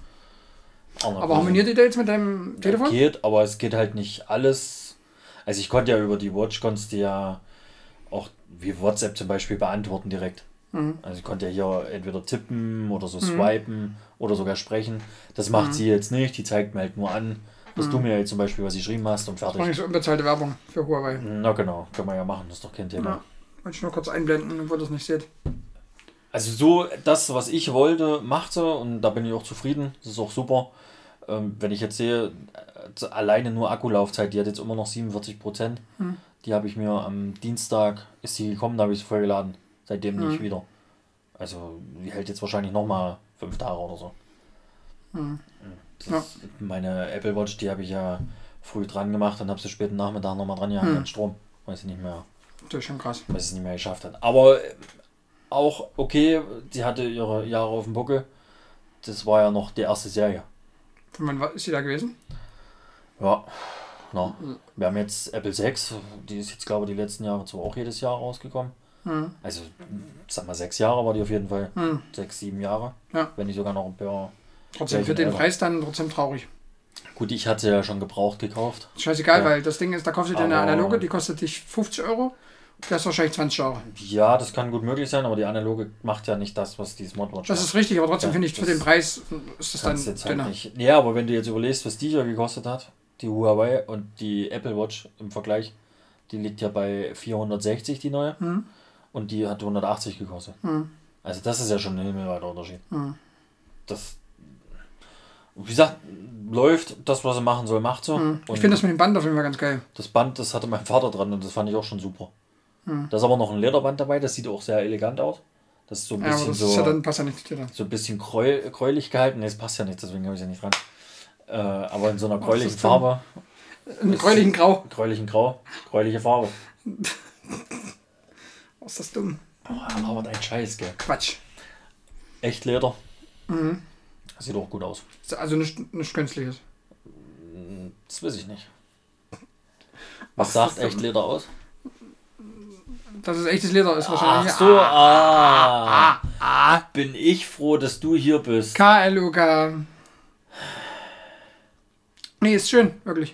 Aber harmoniert die da jetzt mit deinem Telefon? Ja, geht, aber es geht halt nicht alles. Also ich konnte ja über die Watch, konntest du ja auch wie WhatsApp zum Beispiel beantworten direkt. Mhm. Also ich konnte ja hier entweder tippen oder so swipen mhm. oder sogar sprechen. Das macht mhm. sie jetzt nicht, die zeigt mir halt nur an, dass mhm. du mir jetzt zum Beispiel was geschrieben hast und fertig. Das ist so unbezahlte Werbung für Huawei. Na genau, können wir ja machen, das ist doch kein Thema. Ja. Wollte ich nur kurz einblenden, obwohl ihr das nicht seht. Also so, das, was ich wollte, macht sie und da bin ich auch zufrieden. Das ist auch super. Ähm, wenn ich jetzt sehe, alleine nur Akkulaufzeit, die hat jetzt immer noch siebenundvierzig Prozent. Hm. Die habe ich mir am Dienstag, ist sie gekommen, da habe ich sie vollgeladen. Seitdem hm. nicht wieder. Also die hält jetzt wahrscheinlich nochmal fünf Tage oder so. Hm. Ja. Meine Apple Watch, die habe ich ja früh dran gemacht und habe sie späten Nachmittag nochmal dran gehabt hm. an Strom. Weil sie nicht mehr, das ist schon krass. Weil sie es nicht mehr geschafft hat. Aber auch okay, sie hatte ihre Jahre auf dem Buckel. Das war ja noch die erste Serie. Von wann ist sie da gewesen? Ja, na, wir haben jetzt Apple sechs, die ist jetzt glaube ich die letzten Jahre zwar auch jedes Jahr rausgekommen. Mhm. Also, sag mal, sechs Jahre war die auf jeden Fall. Mhm. Sechs, sieben Jahre. Ja. Wenn nicht sogar noch ein paar. Trotzdem für den Preis dann trotzdem traurig. Gut, ich hatte ja schon gebraucht gekauft. Scheißegal, ja. Weil das Ding ist, da kaufst du dir eine analoge, die kostet dich fünfzig Euro Der ist wahrscheinlich zwanzig Jahre. Ja, das kann gut möglich sein, aber die analoge macht ja nicht das, was die Smartwatch Das macht. ist richtig, aber trotzdem Ja, finde ich, für das den Preis ist das dann Kannst jetzt halt dünner. nicht. Ja, aber wenn du jetzt überlegst, was die hier gekostet hat, die Huawei und die Apple Watch im Vergleich, die liegt ja bei vierhundertsechzig, die neue, Hm. und die hat hundertachtzig gekostet. Hm. Also das ist ja schon ein himmelweiter Unterschied. Hm. Das, wie gesagt, läuft das, was er machen soll, macht so. Hm. Ich Und finde das mit dem Band auf jeden Fall ganz geil. das Band, das hatte mein Vater dran und das fand ich auch schon super. Hm. Da ist aber noch ein Lederband dabei, das sieht auch sehr elegant aus. Das ist so ein Ja, aber bisschen das so, ist ja dann, passt ja nicht zu dir. so ein bisschen gräu, gräulich gehalten. Ne, es passt ja nicht, deswegen habe ich es ja nicht dran. Äh, aber in so einer Was ist gräulichen das denn? Farbe. Einen gräulichen Grau. Gräulichen Grau. Gräuliche Farbe. Was ist das dumm? Oh, aber dein Scheiß, gell. Quatsch. Echt Leder. Mhm. Sieht auch gut aus. Also nichts nicht Künstliches. Das weiß ich nicht. Was Ach, sagt das ist echt Leder aus? Dass es echtes Leder ist Ach wahrscheinlich. so, ah, ah. Bin ich froh, dass du hier bist. K L U K. Nee, ist schön, wirklich.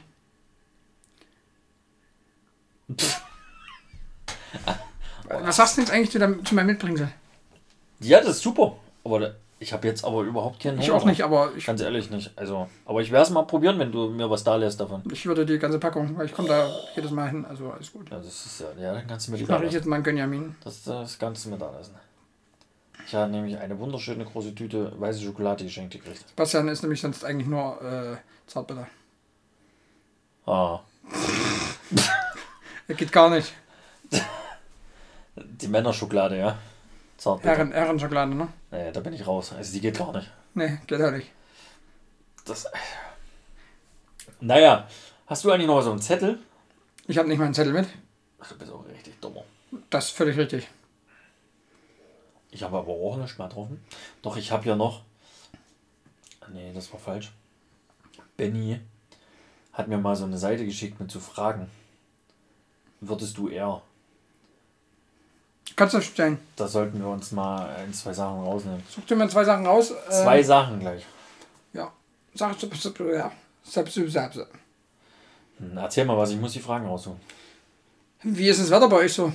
Was sagst du jetzt eigentlich zu, deinem, zu meinem Mitbringsel? Ja, das ist super. Aber da- ich habe jetzt aber überhaupt keinen Ich Hunger auch nicht, aber ich, Ganz ehrlich nicht. Also, aber ich werde es mal probieren, wenn du mir was da lässt davon. ich würde die ganze Packung, weil ich komme da jedes Mal hin, also alles gut. Ja, das ist ja, ja, dann kannst du mir die Ich da mache ich lassen. jetzt mal einen Gönjamin. Das, das kannst du mir da lassen. Ich habe nämlich eine wunderschöne große Tüte weiße Schokolade geschenkt gekriegt. Sebastian ist nämlich sonst eigentlich nur äh, Zartbitter. Ah, Das geht gar nicht. die Männerschokolade, ja. Zart. Herren, Herrenschokolade, ne? Naja, da bin ich raus. Also die geht gar nicht. Nee, geht auch nicht. Das. Naja, hast du eigentlich noch so einen Zettel? Ich habe nicht mal einen Zettel mit. Ach, du bist auch richtig dummer. Das ist völlig richtig. Ich habe aber auch nicht mehr drauf. Doch, ich habe ja noch. Nee, das war falsch. Benny hat mir mal so eine Seite geschickt mit so Fragen. Würdest du eher? Kannst du stellen. Da sollten wir uns mal ein, zwei Sachen rausnehmen. Such dir mal zwei Sachen raus. Äh, Zwei Sachen gleich. Ja. Sag, ja. Selbst, selbst. Hm, Erzähl mal was, ich muss die Fragen raussuchen. Wie ist das Wetter bei euch so?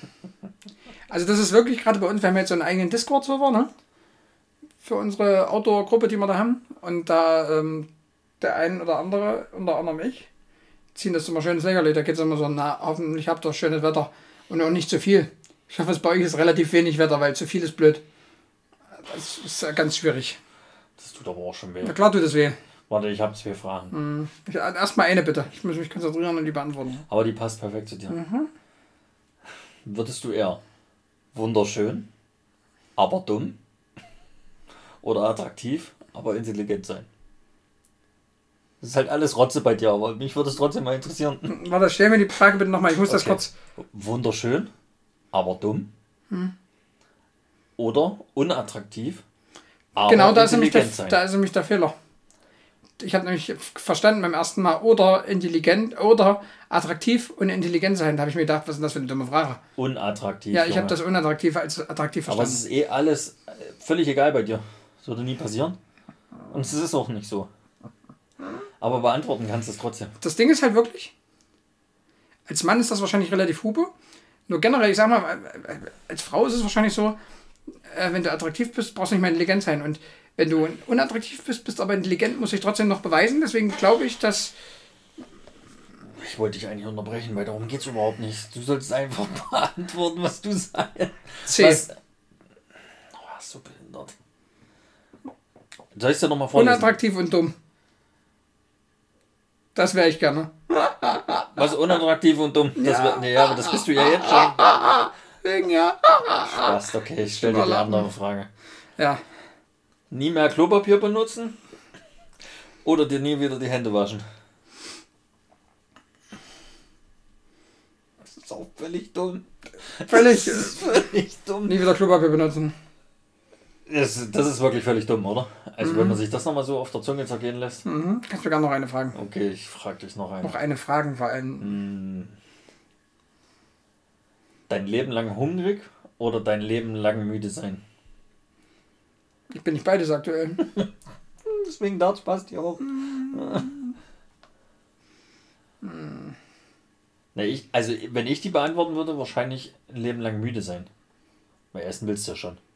Also das ist wirklich gerade bei uns, wir haben jetzt so einen eigenen Discord-Server, ne? Für unsere Outdoor-Gruppe, die wir da haben. Und da ähm, der ein oder andere, unter anderem ich, ziehen das immer schön ins Lächerlich. Da geht es immer so, na, hoffentlich habt ihr schönes Wetter und auch nicht zu viel. Ich hoffe, es bei euch ist relativ wenig Wetter, weil zu viel ist blöd. Das ist ja ganz schwierig. Das tut aber auch schon weh. Na klar tut es weh. Warte, ich habe zwei Fragen. Hm. Ich, erstmal eine bitte. Ich muss mich konzentrieren und die beantworten. Aber die passt perfekt zu dir. Mhm. Würdest du eher wunderschön, aber dumm? Oder attraktiv, aber intelligent sein? Das ist halt alles Rotze bei dir, aber mich würde es trotzdem mal interessieren. Warte, stell mir die Frage bitte nochmal. Ich muss das Okay. kurz... Wunderschön, aber dumm? Hm. Oder unattraktiv, aber Genau, da ist, nämlich der, intelligent sein? da ist nämlich der Fehler. Ich habe nämlich verstanden beim ersten Mal, oder intelligent, oder attraktiv und intelligent sein. Da habe ich mir gedacht, was ist denn das für eine dumme Frage? Unattraktiv. Ja, ich habe Junge. das unattraktiv als attraktiv Aber es verstanden. ist eh alles äh, völlig egal bei dir. Das würde nie passieren. Und es ist auch nicht so. Aber beantworten kannst du es trotzdem. Das Ding ist halt wirklich, als Mann ist das wahrscheinlich relativ hupe. Nur generell, ich sag mal, als Frau ist es wahrscheinlich so, äh, wenn du attraktiv bist, brauchst du nicht mehr intelligent sein. Und wenn du unattraktiv bist, bist aber intelligent, muss ich trotzdem noch beweisen. Deswegen glaube ich, dass... Ich wollte dich eigentlich unterbrechen, weil darum geht es überhaupt nicht. Du solltest einfach beantworten, was du sagst. C. Was? Oh, so behindert. Soll ich es dir nochmal vorlesen? Unattraktiv und dumm. Das wäre ich gerne. Was unattraktiv und dumm? Das wär, nee, aber das bist du ja jetzt schon. Wegen ja. Spaß, okay, ich stelle dir die andere Frage. Ja. Nie mehr Klopapier benutzen? Oder dir nie wieder die Hände waschen? Das ist auch völlig dumm. Völlig. Das ist völlig dumm. Nie wieder Klopapier benutzen. Das, das ist wirklich völlig dumm, oder? Also Mhm. wenn man sich das nochmal so auf der Zunge zergehen lässt. Mhm. Kannst du gerne noch eine fragen. Okay, ich frage dich noch Noch eine. eine Fragen vor allem. Hm. Dein Leben lang hungrig oder dein Leben lang müde sein? Ich bin nicht beides aktuell. Deswegen Darts passt ja auch. Na, ich, also, wenn ich die beantworten würde, wahrscheinlich ein Leben lang müde sein. Weil essen willst du ja schon.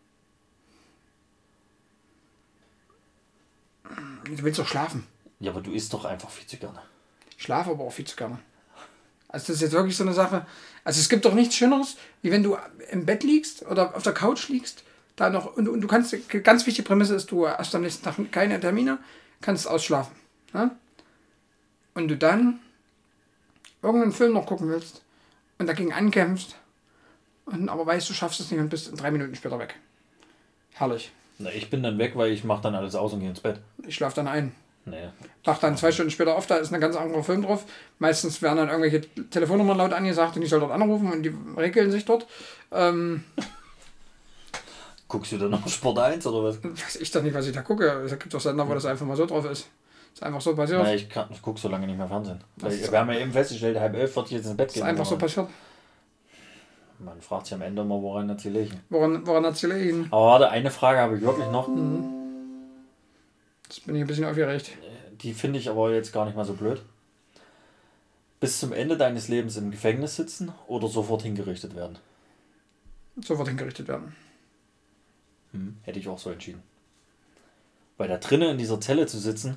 Du willst doch schlafen. Ja, aber du isst doch einfach viel zu gerne. Ich schlafe aber auch viel zu gerne. Also das ist jetzt wirklich so eine Sache. Also es gibt doch nichts Schöneres, wie wenn du im Bett liegst oder auf der Couch liegst, da noch und, und du kannst, ganz wichtige Prämisse ist, du hast am nächsten Tag keine Termine, kannst ausschlafen. Ne? Und du dann irgendeinen Film noch gucken willst und dagegen ankämpfst und aber weißt, du schaffst es nicht und bist in drei Minuten später weg. Herrlich. Na, ich bin dann weg, weil ich mache dann alles aus und gehe ins Bett. Ich schlafe dann ein. Nee. Wach dann zwei Stunden später auf, da ist ein ganz anderer Film drauf. Meistens werden dann irgendwelche Telefonnummern laut angesagt und ich soll dort anrufen und die regeln sich dort. Ähm, Guckst du dann noch Sport eins oder was? weiß ich doch nicht, was ich da gucke. Es gibt doch Sender, wo das einfach mal so drauf ist. Ist einfach so passiert. Na, ich, ich gucke so lange nicht mehr Fernsehen. Weil, wir haben ja eben festgestellt, halb elf wird jetzt ins Bett gehen. Ist einfach so passiert. Man fragt sich am Ende immer, woran hat sie liegen. Woran, woran hat sie liegen? Aber warte, eine Frage habe ich wirklich noch. Mhm. Jetzt bin ich ein bisschen aufgeregt. Die finde ich aber jetzt gar nicht mal so blöd. Bis zum Ende deines Lebens im Gefängnis sitzen oder sofort hingerichtet werden? Sofort hingerichtet werden. Hm, hätte ich auch so entschieden. Weil da drinnen in dieser Zelle zu sitzen,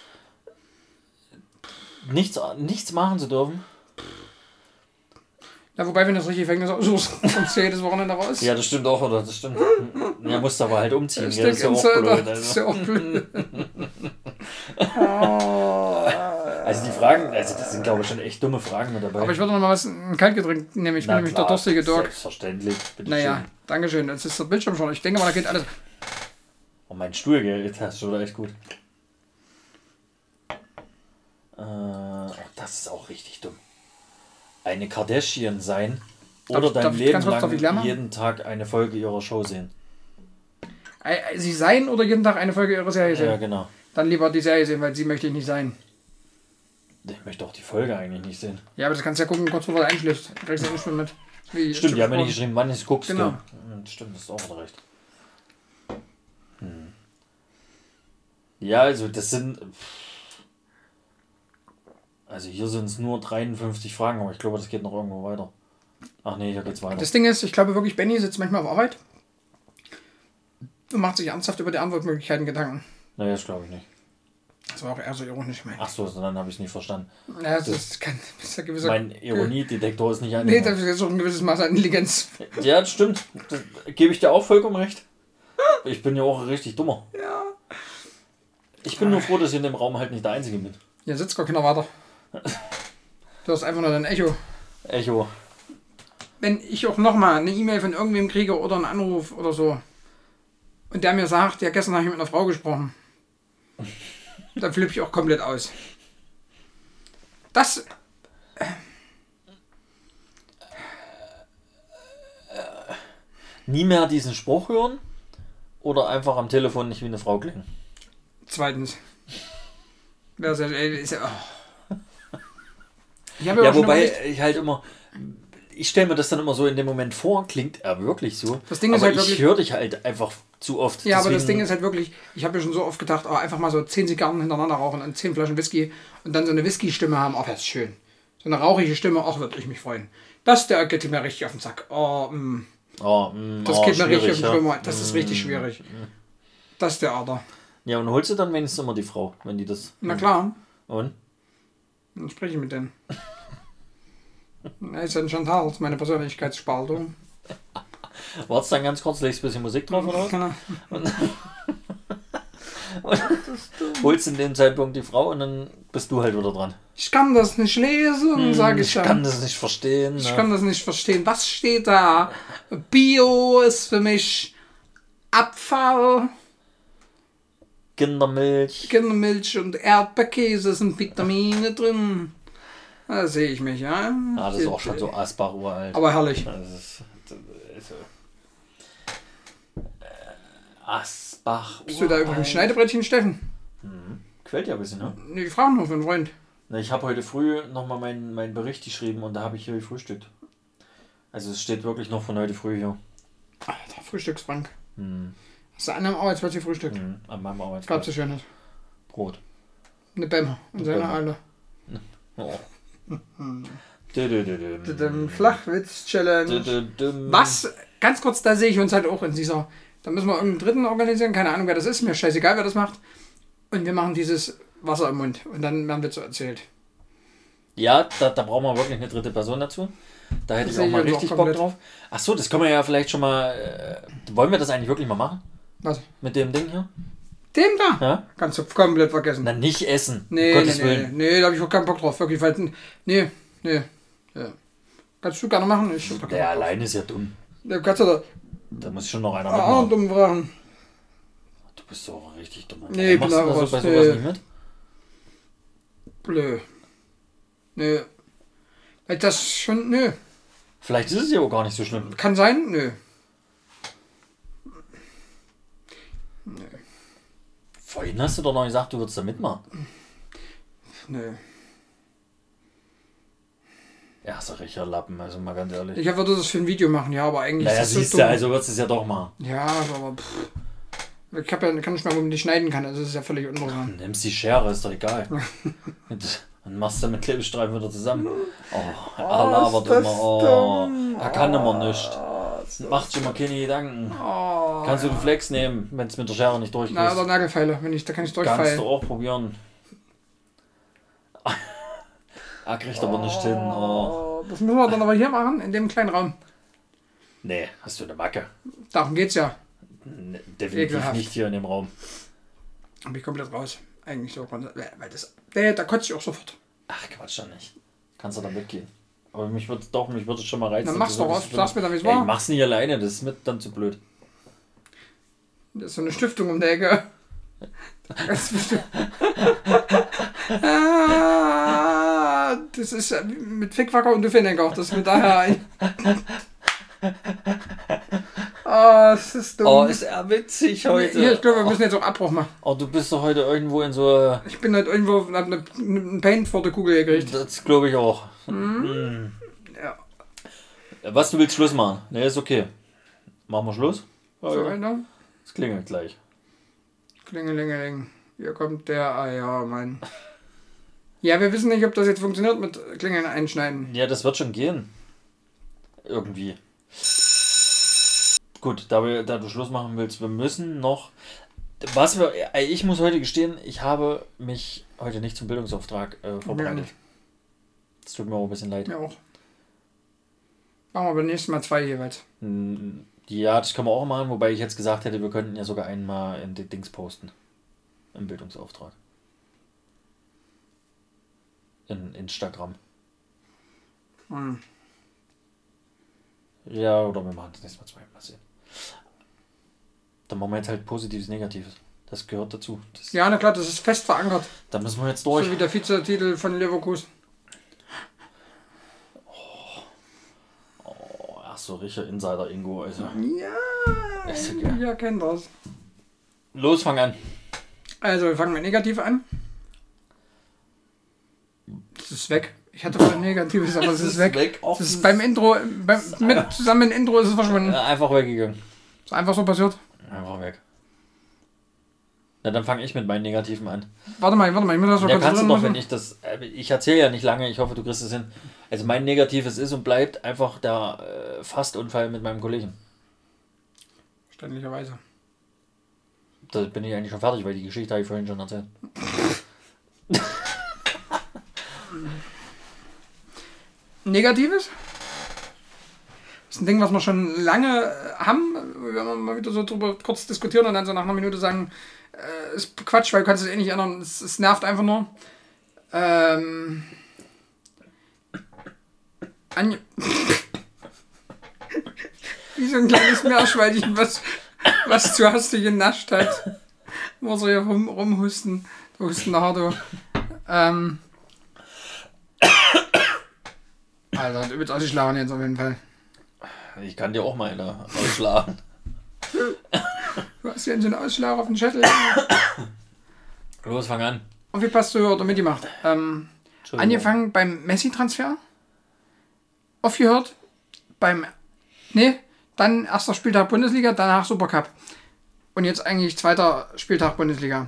nichts, nichts machen zu dürfen. Na, wobei, wenn du das richtige Gefängnis aussuchst, kommst du ja jedes Wochenende raus. Ja, das stimmt auch, oder? Das stimmt. Ja, musst aber halt umziehen. Das, Ja, das ist ja auch blöd. Das ist ja auch blöd. Also die Fragen, also das sind glaube ich schon echt dumme Fragen mit dabei. Aber ich würde noch mal was, ein Kaltgetränk nehmen. Ich bin Na nämlich klar, der durstige Dirk. Selbstverständlich. Bitte Naja, schön. dankeschön. Jetzt ist der Bildschirm schon. Ich denke mal, da geht alles. Oh, mein Stuhl, gell? Das ist schon echt gut. Äh, oh, das ist auch richtig dumm. Eine Kardashian sein oder Darf ich- dein darf ich Leben ganz kurz- darf ich lang lernen? jeden Tag eine Folge ihrer Show sehen. Äh, Sie sein oder jeden Tag eine Folge Ihrer Serie sehen? Ja, genau. Dann lieber die Serie sehen, weil sie möchte ich nicht sein. Ich möchte auch die Folge eigentlich nicht sehen. Ja, aber das kannst du ja gucken, kurz bevor du einschläfst. Du kriegst ja nicht mehr mit. Wie Stimmt, die haben ja nicht gesprochen. geschrieben, wann ich guckst. Genau. Gell? Hm, Stimmt, das ist auch wieder recht. Hm. Ja, also das sind... Also hier sind es nur dreiundfünfzig Fragen, aber ich glaube, das geht noch irgendwo weiter. Ach nee, hier geht's weiter. Das Ding ist, ich glaube wirklich, Benny sitzt manchmal auf Arbeit und macht sich ernsthaft über die Antwortmöglichkeiten Gedanken. Naja, das glaube ich nicht. Das war auch eher so ironisch gemeint. Ach so, dann habe ich es nicht verstanden. Ja, das ist kein das ist ein gewisser... Mein Ironiedetektor ist nicht Nee, angegangen. das ist so ein gewisses Maß an Intelligenz. Ja, das stimmt. Das gebe ich dir auch vollkommen recht. Ich bin ja auch ein richtig dummer. Ja. Ich bin nur froh, dass ich in dem Raum halt nicht der Einzige bin. Hier sitzt gar keiner weiter. Du hast einfach nur dein Echo. Echo. Wenn ich auch nochmal eine E-Mail von irgendwem kriege oder einen Anruf oder so und der mir sagt, ja, gestern habe ich mit einer Frau gesprochen, dann flippe ich auch komplett aus. Das... Nie mehr diesen Spruch hören oder einfach am Telefon nicht wie eine Frau klingen. Zweitens. Wer ist ja, ist ja, oh. Ich habe Ja, auch schon wobei überlegt, ich halt immer, ich stelle mir das dann immer so in dem Moment vor, klingt er wirklich so. Das Ding ist aber halt ich wirklich- höre dich halt einfach zu oft. ja, aber das deswegen- Ding ist halt wirklich, ich habe ja schon so oft gedacht, oh, einfach mal so zehn Zigarren hintereinander rauchen und zehn Flaschen Whisky und dann so eine Whisky-Stimme haben, oh, das ist schön. So eine rauchige Stimme, ach, würde ich mich freuen. Das, der geht mir richtig auf den Sack. Oh, mh. Oh, mh, Das oh, geht mir richtig auf schwierig, den ja. Schwimmer. Das ist richtig schwierig. Das ist der Ader. Ja, und holst du dann wenigstens immer die Frau, wenn die das... Na klar, Und? dann spreche ich mit denen. Das ist ein Chantal, das ist meine Persönlichkeitsspaltung. Wart's dann ganz kurz, legst ein bisschen Musik drauf oder was? Genau. Holst in dem Zeitpunkt die Frau und dann bist du halt wieder dran. Ich kann das nicht lesen, sage ich Ich dann. kann das nicht verstehen. Ich ne? kann das nicht verstehen. Was steht da? Bio ist für mich Abfall. Kindermilch. Kindermilch und Erdbeerkäse sind Vitamine drin. Da sehe ich mich, ja. Ah, das ist auch schon so Asbach uralt. Aber herrlich. Das ist, das ist so. Äh, Asbach Bist du da übrigens Schneidebrettchen, Steffen? Quält ja ein bisschen, ne? Nee, ich frage nur für einen Freund. Na, ich habe heute früh nochmal meinen meinen Bericht geschrieben und da habe ich hier gefrühstückt. Also es steht wirklich noch von heute früh hier. Alter, Frühstücksbank. Hm. Hast du an einem Arbeitsplatz gefrühstückt? Hm. An meinem Gab's Arbeitsplatz. so schönes. Brot. Eine Bämmer und seine Bämmer. Eile. Oh. Flachwitz-Challenge. Was? Ganz kurz, da sehe ich uns halt auch in dieser... Da müssen wir irgendeinen Dritten organisieren, keine Ahnung, wer das ist. Mir scheißegal, wer das macht. Und wir machen dieses Wasser im Mund. Und dann werden wir so erzählt. Ja, da, da brauchen wir wirklich eine dritte Person dazu. Da hätte Das ich auch sehe mal ich richtig auch Bock komplett. drauf. Ach so, das können wir ja vielleicht schon mal... Äh, wollen wir das eigentlich wirklich mal machen? Was? Mit dem Ding hier? Dem da? Ja? Kannst du komplett vergessen. Na, nicht essen. Nee, um nee, Gottes nee, Willen. nee, da habe ich auch keinen Bock drauf. Wirklich, weil... Nee, nee. Ja. Kannst du gerne machen? Ich hab da keinen Der Bock drauf. alleine ist ja dumm. Da kannst du da... Da muss schon noch einer Ah, mitmachen. dumm fragen. Du bist doch richtig dumm. Nee, Machst du bin da so raus. bei sowas Nee. nicht mit? Blö. Nö. Weil das schon... Nö. Vielleicht ist es ja auch gar nicht so schlimm. Kann sein? Nö. Vorhin hast du doch noch gesagt, du würdest da mitmachen. Nö. Ja, ist doch richtiger Lappen, also mal ganz ehrlich. Ich würde das für ein Video machen, ja, aber eigentlich Naja, ist das siehst so du, dumm. also würdest du es ja doch machen. Ja, aber pff. Ich hab ja, kann nicht mal, wo man die schneiden kann, also das ist ja völlig uninteressant. Nimmst die Schere, ist doch egal. Dann machst du mit Klebestreifen wieder zusammen. Oh, er labert ist das immer. Oh, dumm. er kann immer Oh, nichts. Macht schon mal keine Gedanken. Oh, Kannst du den Flex nehmen, wenn es mit der Schere nicht durchgeht? na, oder Nagelfeile, wenn ich, da kann ich Kannst durchfallen. du auch probieren. Er kriegt aber nicht hin. Oh. Das müssen wir dann aber hier machen, in dem kleinen Raum. Nee, hast du eine Macke. Darum geht's ja. Nee, definitiv Ekelhaft. nicht hier in dem Raum. Bin ich komplett raus. Eigentlich so. Weil das, nee, da kotze ich auch sofort. Ach, Quatsch doch nicht. Kannst du da weggehen. Aber mich würde doch, mich würde es schon mal reizen. Dann mach's du doch würdest- was, sag's mir dann, wie es Ja, ich war. mach's nicht alleine, das ist mit dann zu blöd. Das ist so eine Stiftung um der Ecke. Das ist bestimmt- ah, das ist äh, mit Fickwacker und Duffenecker. Das ist mit daher ein. Ah, das ist dumm. Oh, ist er witzig heute. Hier, ich glaube, wir müssen jetzt auch Abbruch machen. Oh, du bist doch heute irgendwo in so... Ich bin halt irgendwo, hab eine, einen Paint vor der Kugel gekriegt. Das glaube ich auch. Mhm. Ja. Was, du willst Schluss machen? Ne, ist okay. Machen wir Schluss? So, Ja, Alter. es klingelt gleich. Klingelingeling. Hier kommt der. Ah ja, Mann. Ja, wir wissen nicht, ob das jetzt funktioniert mit Klingeln einschneiden. Ja, das wird schon gehen. Irgendwie. Gut, da, wir, da du Schluss machen willst, wir müssen noch... Was wir, ich muss heute gestehen, ich habe mich heute nicht zum Bildungsauftrag äh, Mir vorbereitet. nicht. Das tut mir auch ein bisschen leid. Mir auch. Machen wir beim nächsten Mal zwei jeweils. Mm, Ja, das können wir auch machen, wobei ich jetzt gesagt hätte, wir könnten ja sogar einmal in die Dings posten. Im Bildungsauftrag. In Instagram. Hm. Ja, oder wir machen das nächste Mal zwei. Mal sehen. Dann machen wir jetzt halt Positives, Negatives. Das gehört dazu. Das, Ja, na klar, das ist fest verankert. Da müssen wir jetzt durch. So wie der Vizetitel von Leverkusen. Oh, ach so, richtiger Insider-Ingo. Also. Ja, Ist so geil. ja, kennt das. Los, fang an. Also, wir fangen mit negativ an. Das ist weg. Ich hatte vorhin Negatives, aber es ist weg. Auch Das ist beim Intro, beim, mit, zusammen mit dem Intro ist es verschwunden. Ja, einfach weggegangen. Ist einfach so passiert. Einfach weg. Na, dann fange ich mit meinen Negativen an. Warte mal, warte mal, ich muss das mal Ja, kurz kannst du drin doch, machen. wenn ich das... äh, Ich erzähle ja nicht lange, ich hoffe, du kriegst es hin. Also mein Negatives ist und bleibt einfach der äh, Fastunfall mit meinem Kollegen. Verständlicherweise. Da bin ich eigentlich schon fertig, weil die Geschichte habe ich vorhin schon erzählt. Negatives? Das ist ein Ding, was wir schon lange äh, haben. Wenn wir mal wieder so drüber kurz diskutieren und dann so nach einer Minute sagen, äh, ist Quatsch, weil du kannst es eh nicht ändern. Es, es nervt einfach nur. Ähm... Anja... Wie so ein kleines Meerschweinchen, was, was zu hastig genascht hat. Muss er hier rum, rumhusten. Du husten nachher, du. Ähm... Alter, du willst ausschlagen jetzt auf jeden Fall. Ich kann dir auch mal eine ausschlagen. Du hast ja so einen Ausschlag auf den Schädel. Los, fang an. Und wie passt du oder mitgemacht? Ähm, Entschuldigung. angefangen beim Messi-Transfer. Aufgehört. Beim. Ne, dann erster Spieltag Bundesliga, danach Supercup. Und jetzt eigentlich zweiter Spieltag Bundesliga.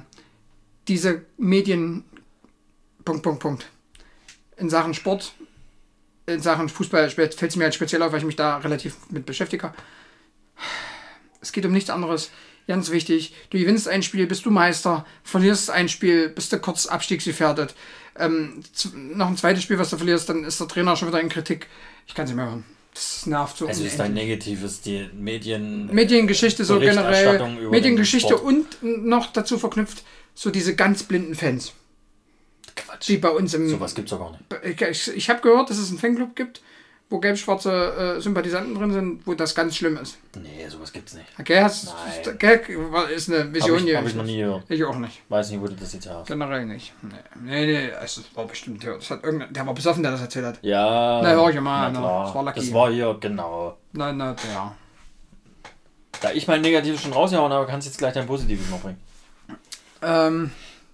Diese Medien. Punkt, Punkt, Punkt. In Sachen Sport in Sachen Fußball fällt es mir halt speziell auf, weil ich mich da relativ mit beschäftige. Es geht um nichts anderes. Ganz wichtig. Du gewinnst ein Spiel, bist du Meister. Verlierst ein Spiel, bist du kurz abstiegsgefährdet. Ähm, z- noch ein zweites Spiel, was du verlierst, dann ist der Trainer schon wieder in Kritik. Ich kann es nicht mehr hören. Das nervt so. Also ist dein Negatives die Medien... Mediengeschichte so generell. Berichterstattung über Mediengeschichte den Sport. und noch dazu verknüpft so diese ganz blinden Fans. Quatsch. Die bei uns im... Sowas gibt's doch gar nicht. Ich, ich habe gehört, dass es einen Fanclub gibt, wo gelb-schwarze äh, Sympathisanten drin sind, wo das ganz schlimm ist. Nee, sowas gibt's nicht. Okay, hast, Nein. okay, ist eine Vision Hab ich, hier. hab ich noch nie gehört. Ich auch nicht. Weiß nicht, wo du das jetzt hast. Generell nicht. Nee, nee, nee es war bestimmt, das hat irgendein, der war besoffen, der das erzählt hat. Ja, Na, hör ich mal, na na, klar. das war Lucky. Das war hier, genau. Nein, nein, ja. Da ich mein Negatives schon rausgehauen habe, kannst du jetzt gleich dein Positives noch bringen. Ähm,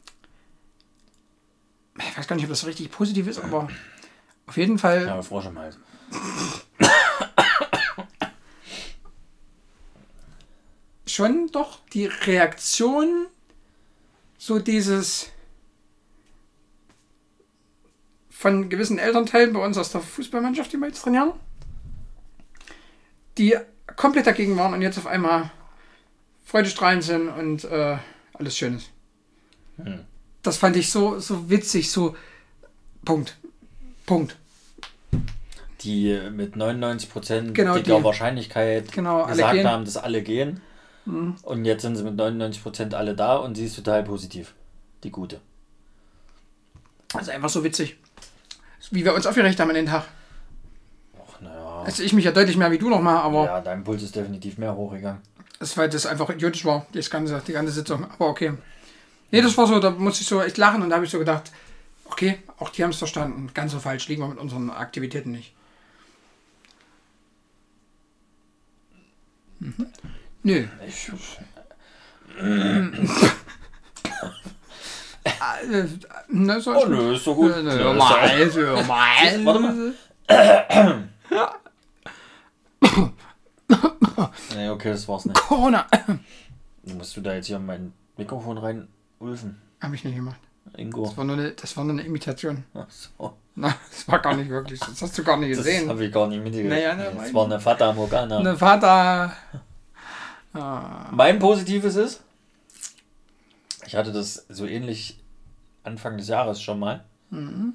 ich weiß gar nicht, ob das richtig positiv ist, aber auf jeden Fall... Ja, Frosch im Hals. Schon doch die Reaktion, so dieses von gewissen Elternteilen bei uns aus der Fußballmannschaft, die wir jetzt trainieren, die komplett dagegen waren und jetzt auf einmal freudestrahlend sind und äh, alles schön ist. Hm. Das fand ich so, so witzig, so Punkt. Punkt. Die mit neunundneunzig Prozent Genau, der die. Wahrscheinlichkeit Genau, alle gesagt gehen. haben, dass alle gehen. Mhm. Und jetzt sind sie mit neunundneunzig Prozent alle da und sie ist total positiv. Die Gute. Also einfach so witzig. Wie wir uns aufgeregt haben an den Tag. Ach, naja. Also ich mich ja deutlich mehr wie du nochmal, aber Ja, dein Puls ist definitiv mehr hochgegangen. das, weil das einfach idiotisch war, das ganze, die ganze Sitzung. Aber okay. Nee, das war so, da musste ich so echt lachen und da habe ich so gedacht, okay, auch die haben es verstanden. Ganz so falsch liegen wir mit unseren Aktivitäten nicht. Mhm. Nö. Ich, Äh, ne, so oh nö, ist so gut. Nö, Nö, nö, ist mal, so, mal. Warte mal. Nee, okay, das war's nicht. Corona. Musst du da jetzt hier in mein Mikrofon rein ulfen? Habe ich nicht gemacht. Ingo. Das war nur eine, das war nur eine Imitation. Ach so. Na, das war gar nicht wirklich. Das hast du gar nicht Das gesehen. habe ich gar nicht mitgekriegt. Naja, ne, das mein- war eine Fata Morgana. Eine Vater. Ah. Mein Positives ist, ich hatte das so ähnlich Anfang des Jahres schon mal. Mhm.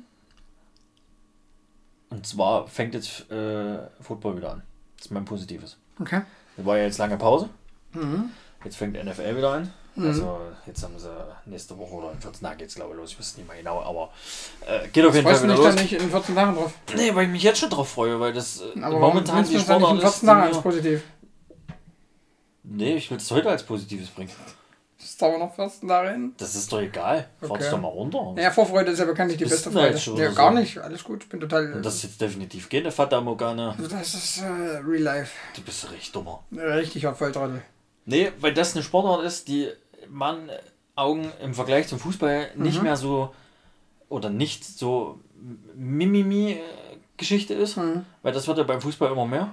Und zwar fängt jetzt äh, Football wieder an. Das ist mein Positives. Okay. Da war ja jetzt lange Pause. Mhm. Jetzt fängt N F L wieder an. Mhm. Also jetzt haben sie nächste Woche oder in vierzehn Tagen geht's glaube ich los. Ich weiß nicht mehr genau, aber äh, geht auf jeden Freust Fall du wieder dich los. dann nicht in vierzehn Tagen drauf? Nee, weil ich mich jetzt schon drauf freue, weil das äh, Aber warum momentan willst du die das dann nicht in Sportart ist. vierzehn Tagen die als mir- positiv? Nee, ich will es heute als Positives bringen. Das ist aber noch vierzehn Tage hin. Das ist doch egal. Okay. Fahrt's doch mal runter. Naja, Vorfreude ist ja bekanntlich die Bist beste du da Freude. jetzt schon Nee, oder gar so? nicht. Alles gut. Ich bin total. Und das ist jetzt definitiv keine Fata Morgana. Das ist äh, Real Life. Du bist richtig dummer. Richtig auf Volltrottel. Nee, weil das eine Sportart ist, die man Augen im Vergleich zum Fußball nicht Mhm. mehr so oder nicht so Mimimi-Geschichte ist, Mhm. weil das wird ja beim Fußball immer mehr.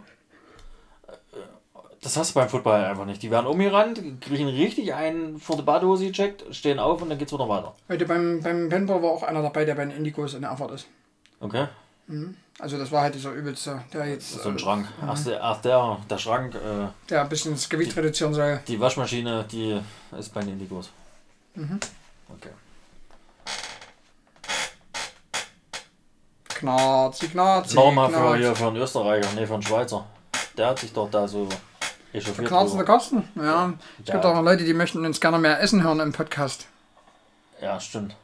Das hast du beim Fußball einfach nicht. Die werden umgerannt, kriegen richtig einen vor der Badehose gecheckt, stehen auf und dann geht's wieder weiter. Heute beim, beim Paintball war auch einer dabei, der bei den Indigos in der Erfurt ist. Okay? Mhm. Also das war halt dieser übelste, der jetzt So ein äh, Schrank. Ach, der, ach der, der Schrank, äh, der ein bisschen das Gewicht reduzieren soll. die Waschmaschine, die ist bei den Indigos. Mhm. Okay. Knarzi, knarzi, Nochmal für, knarzi. hier, für einen Österreicher, nee, für einen Schweizer. Der hat sich doch da so echauffiert. Knarzende drüber. Kosten? Ja. Es Ja. gibt auch noch Leute, die möchten uns gerne mehr Essen hören im Podcast. Ja, stimmt.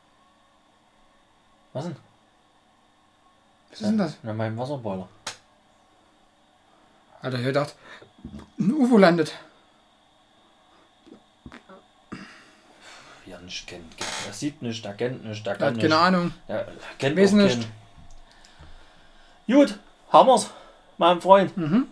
Was denn? Was ist denn das? Na, mein Wasserboiler. Alter, ich hab gedacht, ein U F O landet. Ja, nicht kennt, kennt. Er sieht nicht, er kennt nicht, er Er kann hat nicht. keine Ahnung. Er kennt Weiß auch nicht. keinen. Gut, haben wir's, mein Freund. Mhm.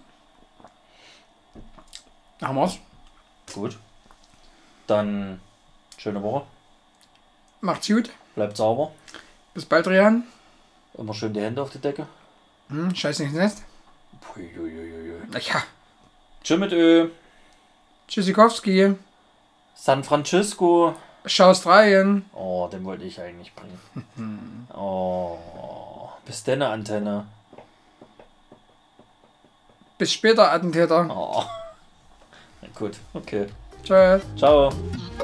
Haben wir's. Gut. Dann schöne Woche. Macht's gut. Bleibt sauber. Bis bald, Rian. Immer schön die Hände auf die Decke. Hm, scheiß nicht ins Nest. Puiuiuiui. Na ja. Tschüss mit Ö. Tschüssikowski. San Francisco. Schau Australien. Oh, den wollte ich eigentlich bringen. Oh, bis denn, Antenne. Bis später, Attentäter. Oh. Na gut, okay. Tschö. Ciao.